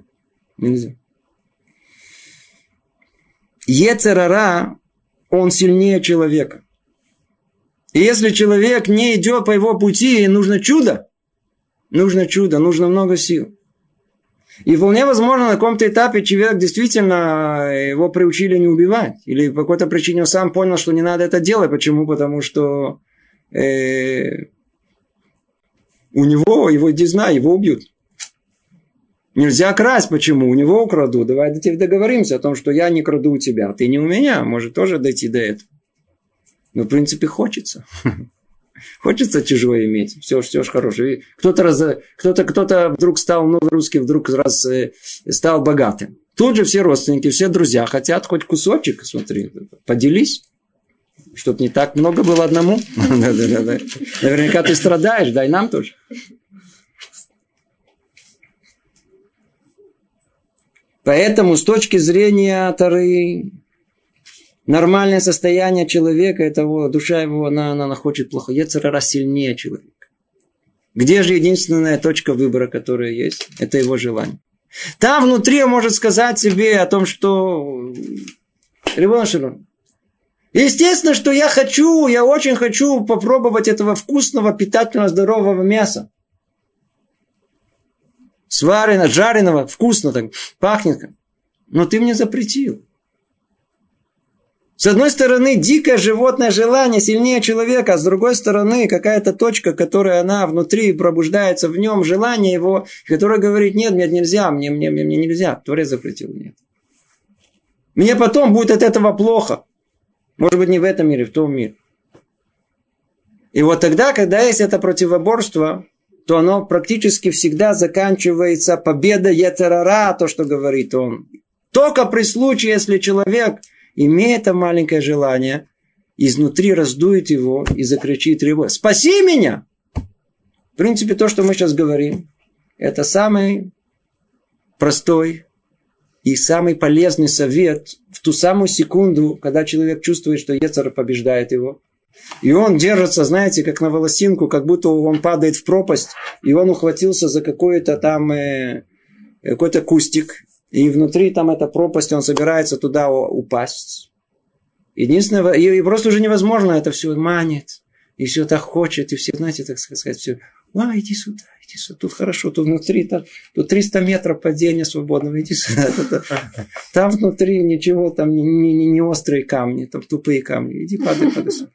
Йецер ара, он сильнее человека. И если человек не идет по его пути, нужно чудо. Нужно много сил. И вполне возможно, на каком-то этапе человек действительно его приучили не убивать. Или по какой-то причине он сам понял, что не надо это делать. Почему? Потому что у него, его убьют. Нельзя красть. Почему? У него украду. Давай теперь договоримся о том, что я не краду у тебя, а ты не у меня. Может тоже дойти до этого. Но в принципе хочется. Хочется чужое иметь. Все ж хорошее. Кто-то вдруг стал, новый русский вдруг раз стал богатым. Тут же все родственники, все друзья хотят хоть кусочек, смотри, поделись. Чтоб не так много было одному. Наверняка ты страдаешь, дай нам тоже. Поэтому с точки зрения Торы, нормальное состояние человека, это душа его, она хочет плохо. Йецер ара сильнее человека. Где же единственная точка выбора, которая есть? Это его желание. Там внутри он может сказать себе о том, что Рибон Шелом, естественно, что я очень хочу попробовать этого вкусного, питательного, здорового мяса. Сварено, жареного, вкусно так, пахнет. Но ты мне запретил. С одной стороны, дикое животное желание сильнее человека, а с другой стороны, какая-то точка, которая она внутри пробуждается в нем, желание его, которое говорит, нет, нельзя, мне нельзя, Творец запретил, нет. Мне потом будет от этого плохо. Может быть, не в этом мире, в том мире. И вот тогда, когда есть это противоборство, то оно практически всегда заканчивается победой йецер ара, то, что говорит он. Только при случае, если человек, имея это маленькое желание, изнутри раздует его и закричит его: «Спаси меня!» В принципе, то, что мы сейчас говорим, это самый простой и самый полезный совет в ту самую секунду, когда человек чувствует, что йецер побеждает его. И он держится, знаете, как на волосинку, как будто он падает в пропасть, и он ухватился за какой-то там какой-то кустик, и внутри там эта пропасть, он собирается туда упасть. Единственное, и просто уже невозможно, это все манит, и все так хочет, и все, знаете, так сказать, все: иди сюда, тут хорошо, тут внутри, тут 300 метров падения свободного, иди сюда. Там внутри ничего, там не острые камни, там тупые камни, иди падай сюда.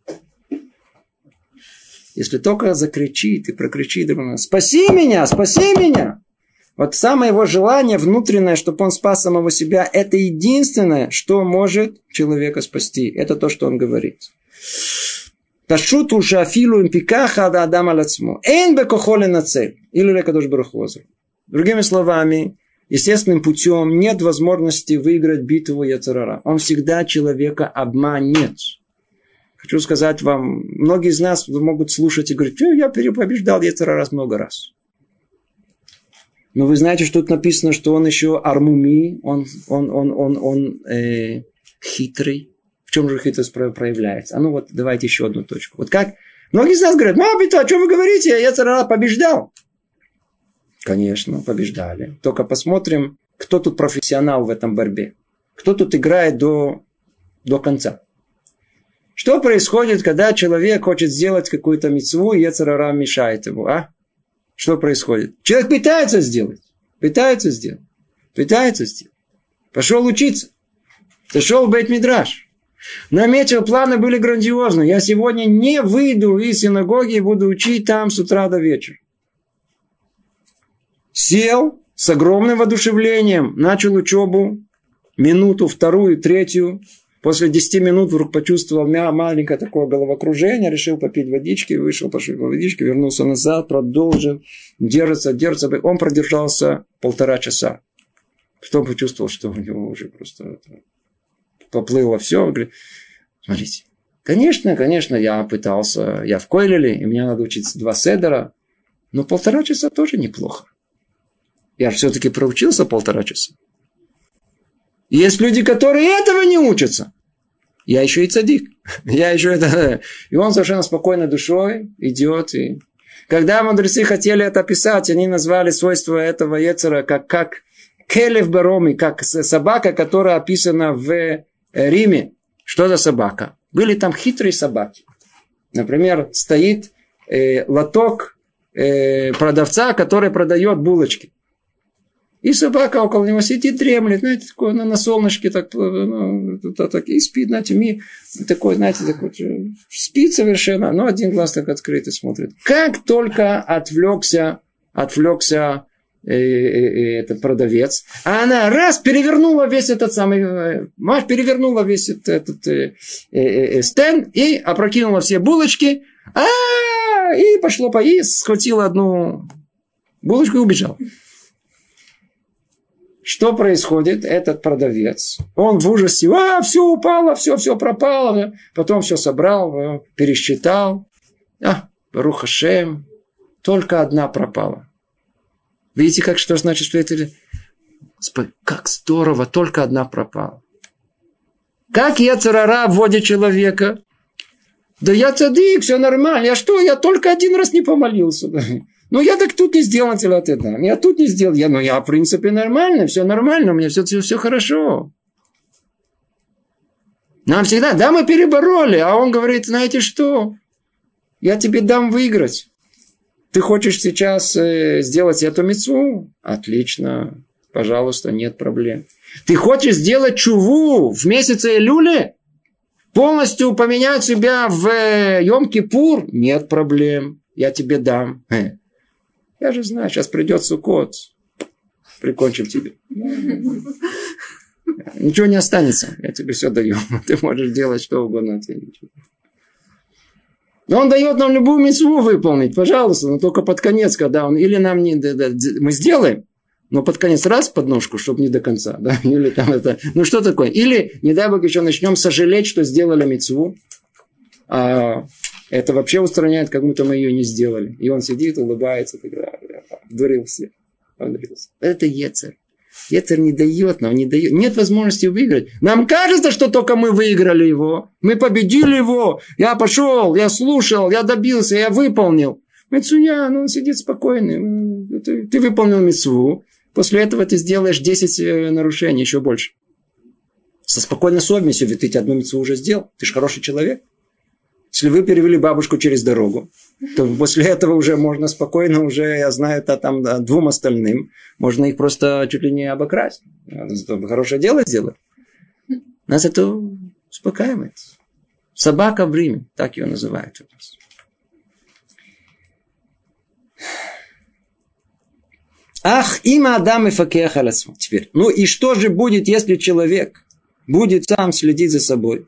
Если только закричит и прокричит: «Спаси меня, спаси меня!» Вот самое его желание внутреннее, чтобы он спас самого себя, это единственное, что может человека спасти. Это то, что он говорит. Пашут уж афилу импикаха да адам алацмо. Эйн бекохоле на цель. Или лекадош барахозер. Другими словами, естественным путем нет возможности выиграть битву йецер ара. Он всегда человека обманет. Хочу сказать вам, многие из нас могут слушать и говорить: я побеждал йецер ара много раз. Но вы знаете, что тут написано, что он еще армуми, он хитрый. В чем же хитрость проявляется? Ну вот, давайте еще одну точку. Вот как многие из нас говорят: а что вы говорите, йецер ара побеждал? Конечно, побеждали. Только посмотрим, кто тут профессионал в этом борьбе. Кто тут играет до конца. Что происходит, когда человек хочет сделать какую-то мицву, и йецер ара мешает ему, Что происходит? Человек пытается сделать. Пошел учиться. Зашел в бейт-мидраш. Наметил, планы были грандиозны. Я сегодня не выйду из синагоги и буду учить там с утра до вечера. Сел с огромным воодушевлением, начал учебу. Минуту, вторую, третью. После 10 минут вдруг почувствовал маленькое такое головокружение, решил попить водички, вышел, пошел по водичке, вернулся назад, продолжил, держится. Он продержался 1,5 часа. Потом почувствовал, что у него уже просто поплыло все. Говорит: смотрите, конечно, я пытался, я в Койлеле, и мне надо учиться 2 седера, но 1,5 часа тоже неплохо. Я все-таки проучился 1,5 часа. Есть люди, которые этого не учатся. Я еще и цадик. И он совершенно спокойной душой идет. И... Когда мудрецы хотели это описать, они назвали свойства этого йецера как келев бароми, как собака, которая описана в Риме. Что за собака? Были там хитрые собаки. Например, стоит лоток продавца, который продает булочки. И собака около него сидит, дремлет, знаете, такой, на солнышке так и спит, знаете, такой, знаете, такой, спит совершенно, но один глаз так открыт и смотрит. Как только отвлекся этот продавец, а она раз перевернула весь этот стенд и опрокинула все булочки, и пошло поесть, схватила одну булочку и убежала. Что происходит? Этот продавец, он в ужасе, все упало, все пропало, потом все собрал, пересчитал, барух Ашем, только одна пропала. Видите, что значит, что это... Как здорово, только одна пропала. Как йецер ара вводит человека? Да я цадик, все нормально. Я только 1 раз не помолился. Я так тут не сделал, я тут не сделал. Я в принципе нормально, все нормально, у меня все хорошо. Нам всегда, мы перебороли, а он говорит: знаете что, я тебе дам выиграть. Ты хочешь сейчас сделать эту мицву? Отлично, пожалуйста, нет проблем. Ты хочешь сделать чуву в месяце Элюле? Полностью поменять себя в Йом-Кипур? Нет проблем, я тебе дам. Я же знаю, сейчас придет Суккот, прикончим тебе. Ничего не останется, я тебе все даю. Ты можешь делать что угодно. Он дает нам любую мицву выполнить, пожалуйста, но только под конец, когда он, или нам не, мы сделаем, но под конец раз подножку, чтобы не до конца, да, или там это, ну что такое, или, не дай Бог, еще начнем сожалеть, что сделали мицву, а это вообще устраняет, как будто мы ее не сделали, и он сидит, улыбается, обдурился. Это Ецер. Ецер не дает нам, нет возможности выиграть. Нам кажется, что только мы выиграли его. Мы победили его. Я пошел, я слушал, я добился, я выполнил. Мицуян, он сидит спокойный. Ты выполнил мицву. После этого ты сделаешь 10 нарушений, еще больше. Со спокойной совестью, ведь ты одну мицву уже сделал. Ты же хороший человек. Если вы перевели бабушку через дорогу, то после этого уже можно спокойно, уже, я знаю, это там 2 остальным, можно их просто чуть ли не обокрасть. Хорошее дело сделать. Нас это успокаивает. Собака в Риме, так ее называют у нас. Ах, има Адам и факех алясму. Теперь, ну и что же будет, если человек будет сам следить за собой?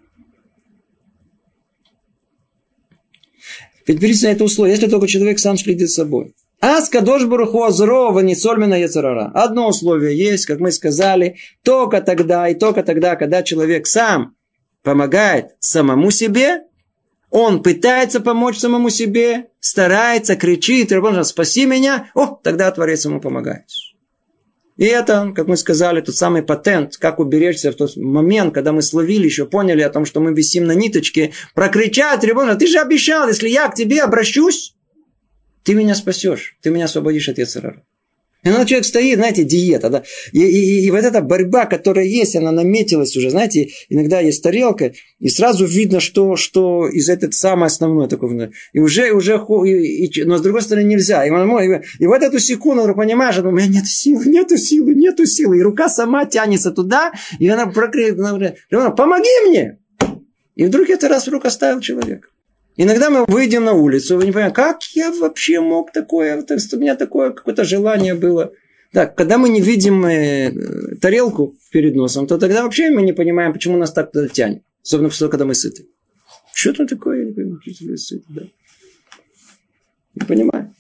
Ведь берите на это условие, если только человек сам следит за собой. Аз кадош баруху азрова не сольмена яцерара. Одно условие есть, как мы сказали, только тогда, когда человек сам помогает самому себе, он пытается помочь самому себе, старается, кричит, спаси меня, тогда Творец ему помогает. И это, как мы сказали, тот самый патент, как уберечься в тот момент, когда мы словили, еще поняли о том, что мы висим на ниточке, прокричать, ты же обещал, если я к тебе обращусь, ты меня спасешь, ты меня освободишь от Ецер-ара. И человек стоит, знаете, диета, да, и вот эта борьба, которая есть, она наметилась уже, знаете, иногда есть тарелка, и сразу видно, что из этого самое основное такое, и уже, но с другой стороны нельзя, и вот эту секунду, ты понимаешь, у меня нету силы, и рука сама тянется туда, и она прокричит, помоги мне, и вдруг это раз вдруг оставил человек. Иногда мы выйдем на улицу, вы не понимаете, как я вообще мог такое, у меня такое какое-то желание было. Так, когда мы не видим тарелку перед носом, то тогда вообще мы не понимаем, почему нас так тянет. Особенно когда мы сыты. Что там такое, я не понимаю, что вы сыты, да. Не понимаю.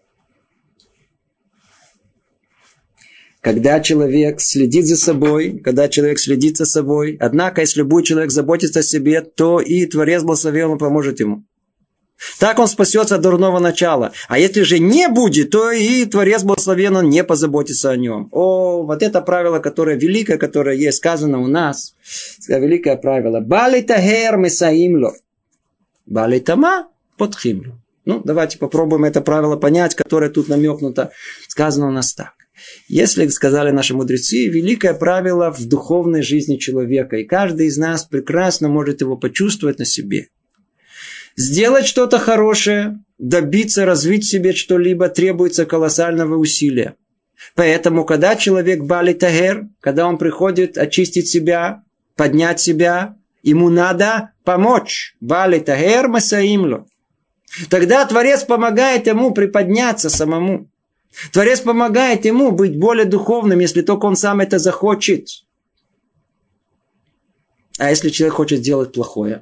Когда человек следит за собой, однако, если будет человек заботиться о себе, то и Творец благословен поможет ему. Так он спасется от дурного начала. А если же не будет, то и Творец благословен, он не позаботится о нем. Вот это правило, которое великое, которое есть сказано у нас. Великое правило. Бали тахер месаимло. Бали тама подхимло. Давайте попробуем это правило понять, которое тут намекнуто. Сказано у нас так. Если, сказали наши мудрецы, великое правило в духовной жизни человека, и каждый из нас прекрасно может его почувствовать на себе. Сделать что-то хорошее, добиться, развить в себе что-либо требуется колоссального усилия. Поэтому, когда человек бали тагер, когда он приходит очистить себя, поднять себя, ему надо помочь. Бали тагер масаимло. Тогда Творец помогает ему приподняться самому. Творец помогает ему быть более духовным, если только он сам это захочет. А если человек хочет делать плохое?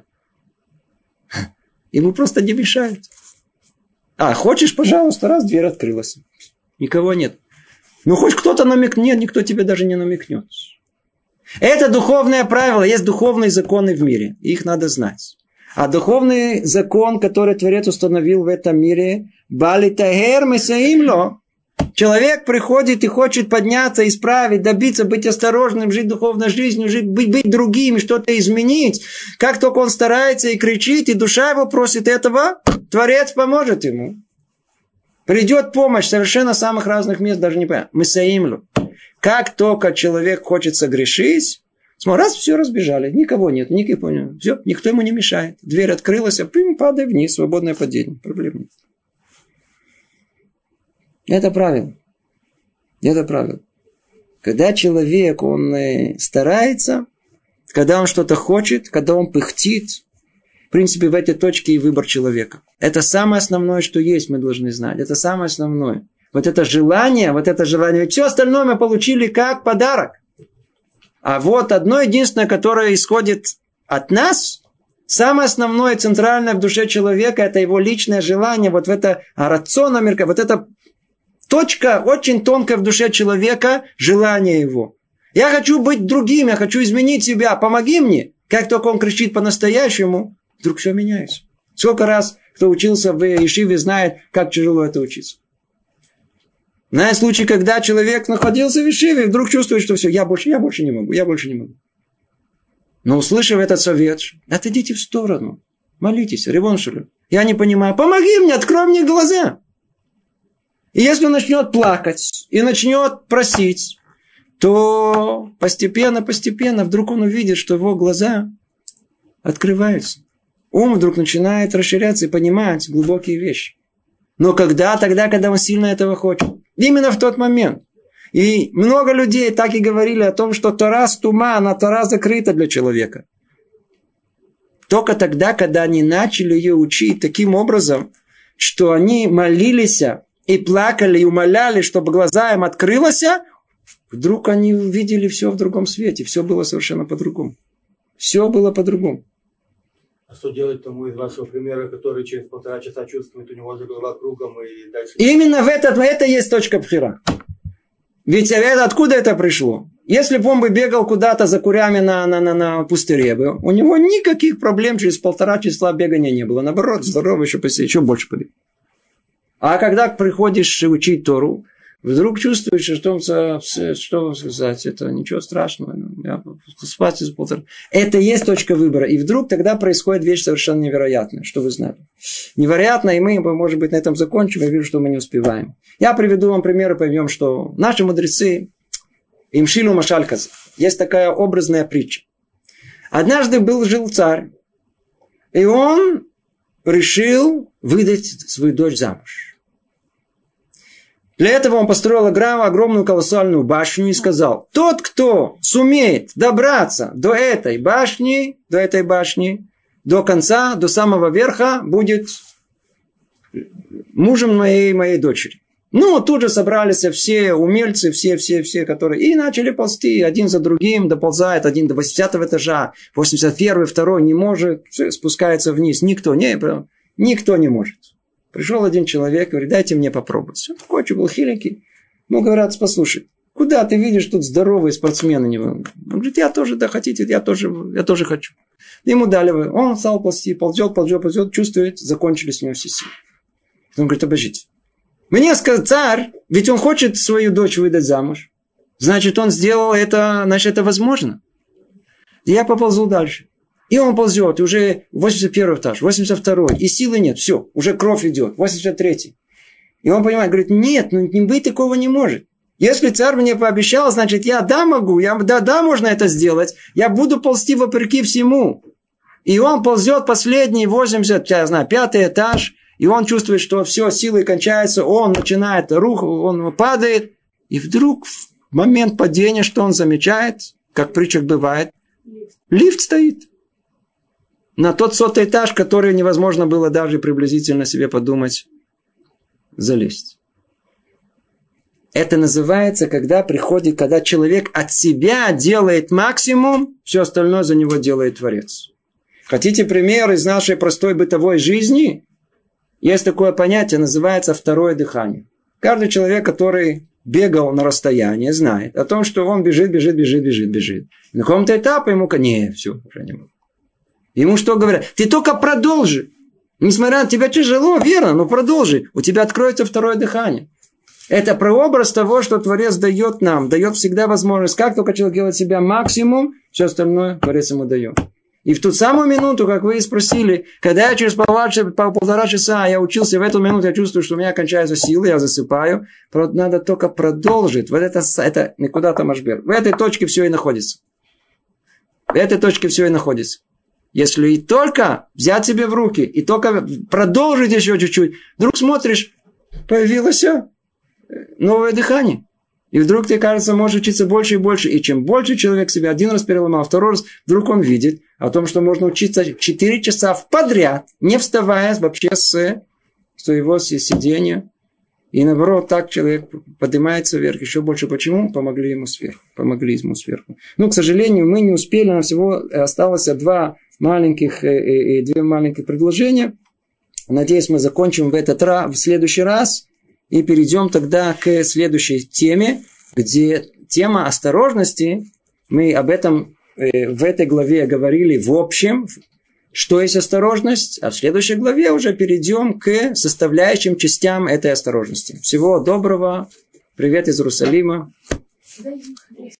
Ему просто не мешают. Хочешь, пожалуйста, раз дверь открылась. Никого нет. Хоть кто-то намекнет, никто тебе даже не намекнет. Это духовное правило, есть духовные законы в мире. Их надо знать. А духовный закон, который Творец установил в этом мире, бали тагер месаимло. Человек приходит и хочет подняться, исправить, добиться, быть осторожным, жить духовной жизнью, быть другим, что-то изменить. Как только он старается и кричит, и душа его просит этого, Творец поможет ему. Придет помощь совершенно с самых разных мест, даже не понятно. Месаимло. Как только человек хочет согрешить, раз все разбежали, никого нет, все, никто ему не мешает. Дверь открылась, падай вниз, свободное падение, проблем нет. Это правило. Когда человек, он старается, когда он что-то хочет, когда он пыхтит, в принципе, в этой точке и выбор человека. Это самое основное, что есть, мы должны знать. Это самое основное. Вот это желание. Ведь все остальное мы получили как подарок. А вот одно единственное, которое исходит от нас, Самое основное, центральное в душе человека, это его личное желание, вот в это рацион, вот эта точка очень тонкая в душе человека, желание его. Я хочу быть другим, я хочу изменить себя, помоги мне. Как только он кричит по-настоящему, вдруг все меняется. Сколько раз, кто учился в ешиве, знает, как тяжело это учиться. На случай, когда человек находился в ешиве, и вдруг чувствует, что все, я больше не могу. Но услышав этот совет, отойдите в сторону, молитесь, ревон шалю. Я не понимаю, помоги мне, открой мне глаза. И если он начнет плакать и начнет просить, то постепенно вдруг он увидит, что его глаза открываются. Ум вдруг начинает расширяться и понимать глубокие вещи. Но когда он сильно этого хочет. Именно в тот момент. И много людей так и говорили о том, что Тора стума, она Тора закрыта для человека. Только тогда, когда они начали ее учить таким образом, что они молились и плакали, и умоляли, чтобы глаза им открылось, вдруг они увидели все в другом свете. Все было совершенно по-другому. Все было по-другому. А что делать тому из вашего примера, который через 1,5 часа чувствует, у него уже голова кругом и дальше... Именно в это есть точка бхира. Ведь откуда это пришло? Если бы он бы бегал куда-то за курями на пустыре, у него никаких проблем через 1,5 часа бегания не было. Наоборот, здоровый еще больше побег. А когда приходишь учить Тору, вдруг чувствуешь, что сказать, это ничего страшного. Я спать из 1,5. Это и есть точка выбора. И вдруг тогда происходит вещь совершенно невероятная, что вы знаете. Невероятно, и мы, может быть, на этом закончим. Я вижу, что мы не успеваем. Я приведу вам пример и поймем, что наши мудрецы, имшилу машальказ, есть такая образная притча. Однажды жил царь, и он решил выдать свою дочь замуж. Для этого он построил огромную колоссальную башню и сказал, тот, кто сумеет добраться до этой башни, до конца, до самого верха, будет мужем моей дочери. Ну, тут же собрались все умельцы, все, которые... И начали ползти один за другим, доползает один до 80 этажа, 81-й, 2-й не может, спускается вниз. Никто не может. Пришел один человек, говорит, дайте мне попробовать. Он такой был хиленький. Ну, говорят, послушай, куда ты видишь тут здоровые спортсмены? Он говорит, я тоже, да хотите, я тоже хочу. Ему дали, он стал ползти, ползет, чувствует, закончились у него все силы. Он говорит, обождите. Мне сказал царь, ведь он хочет свою дочь выдать замуж. Значит, он сделал это, значит, это возможно. И я поползу дальше. И он ползет, и уже 81 этаж, 82, и силы нет, все, уже кровь идет, 83. И он понимает, говорит, нет, быть такого не может. Если царь мне пообещал, значит, могу, можно это сделать, я буду ползти вопреки всему. И он ползет последний 85 этаж, и он чувствует, что все, силы кончаются, он начинает он падает, и вдруг в момент падения, что он замечает, как в притчах бывает, лифт стоит. На тот 100-й этаж, который невозможно было даже приблизительно себе подумать, залезть. Это называется, когда человек от себя делает максимум, все остальное за него делает Творец. Хотите пример из нашей простой бытовой жизни? Есть такое понятие, называется второе дыхание. Каждый человек, который бегал на расстоянии, знает о том, что он бежит. На каком-то этапе ему, все, уже не могу. Ему что говорят? Ты только продолжи. Несмотря на тебя тяжело, верно, но продолжи. У тебя откроется второе дыхание. Это прообраз того, что Творец дает нам. Дает всегда возможность. Как только человек делает себя максимум, все остальное Творец ему дает. И в ту самую минуту, как вы и спросили, когда я через 1,5 часа я учился, в эту минуту я чувствую, что у меня кончаются силы, я засыпаю. Надо только продолжить. Вот это не куда-то машбер. В этой точке все и находится. Если и только взять себе в руки, и только продолжить еще чуть-чуть, вдруг смотришь, появилось новое дыхание. И вдруг, тебе кажется, может учиться больше и больше. И чем больше человек себя один раз переломал, второй раз, вдруг он видит о том, что можно учиться 4 часа подряд, не вставая вообще с своего сидения. И наоборот, так человек поднимается вверх еще больше. Почему? Помогли ему сверху. Ну, к сожалению, мы не успели, нам всего осталось 2 две маленьких предложения. Надеюсь, мы закончим в следующий раз и перейдем тогда к следующей теме, где тема осторожности. Мы об этом в этой главе говорили в общем, что есть осторожность, а в следующей главе уже перейдем к составляющим частям этой осторожности. Всего доброго. Привет из Иерусалима.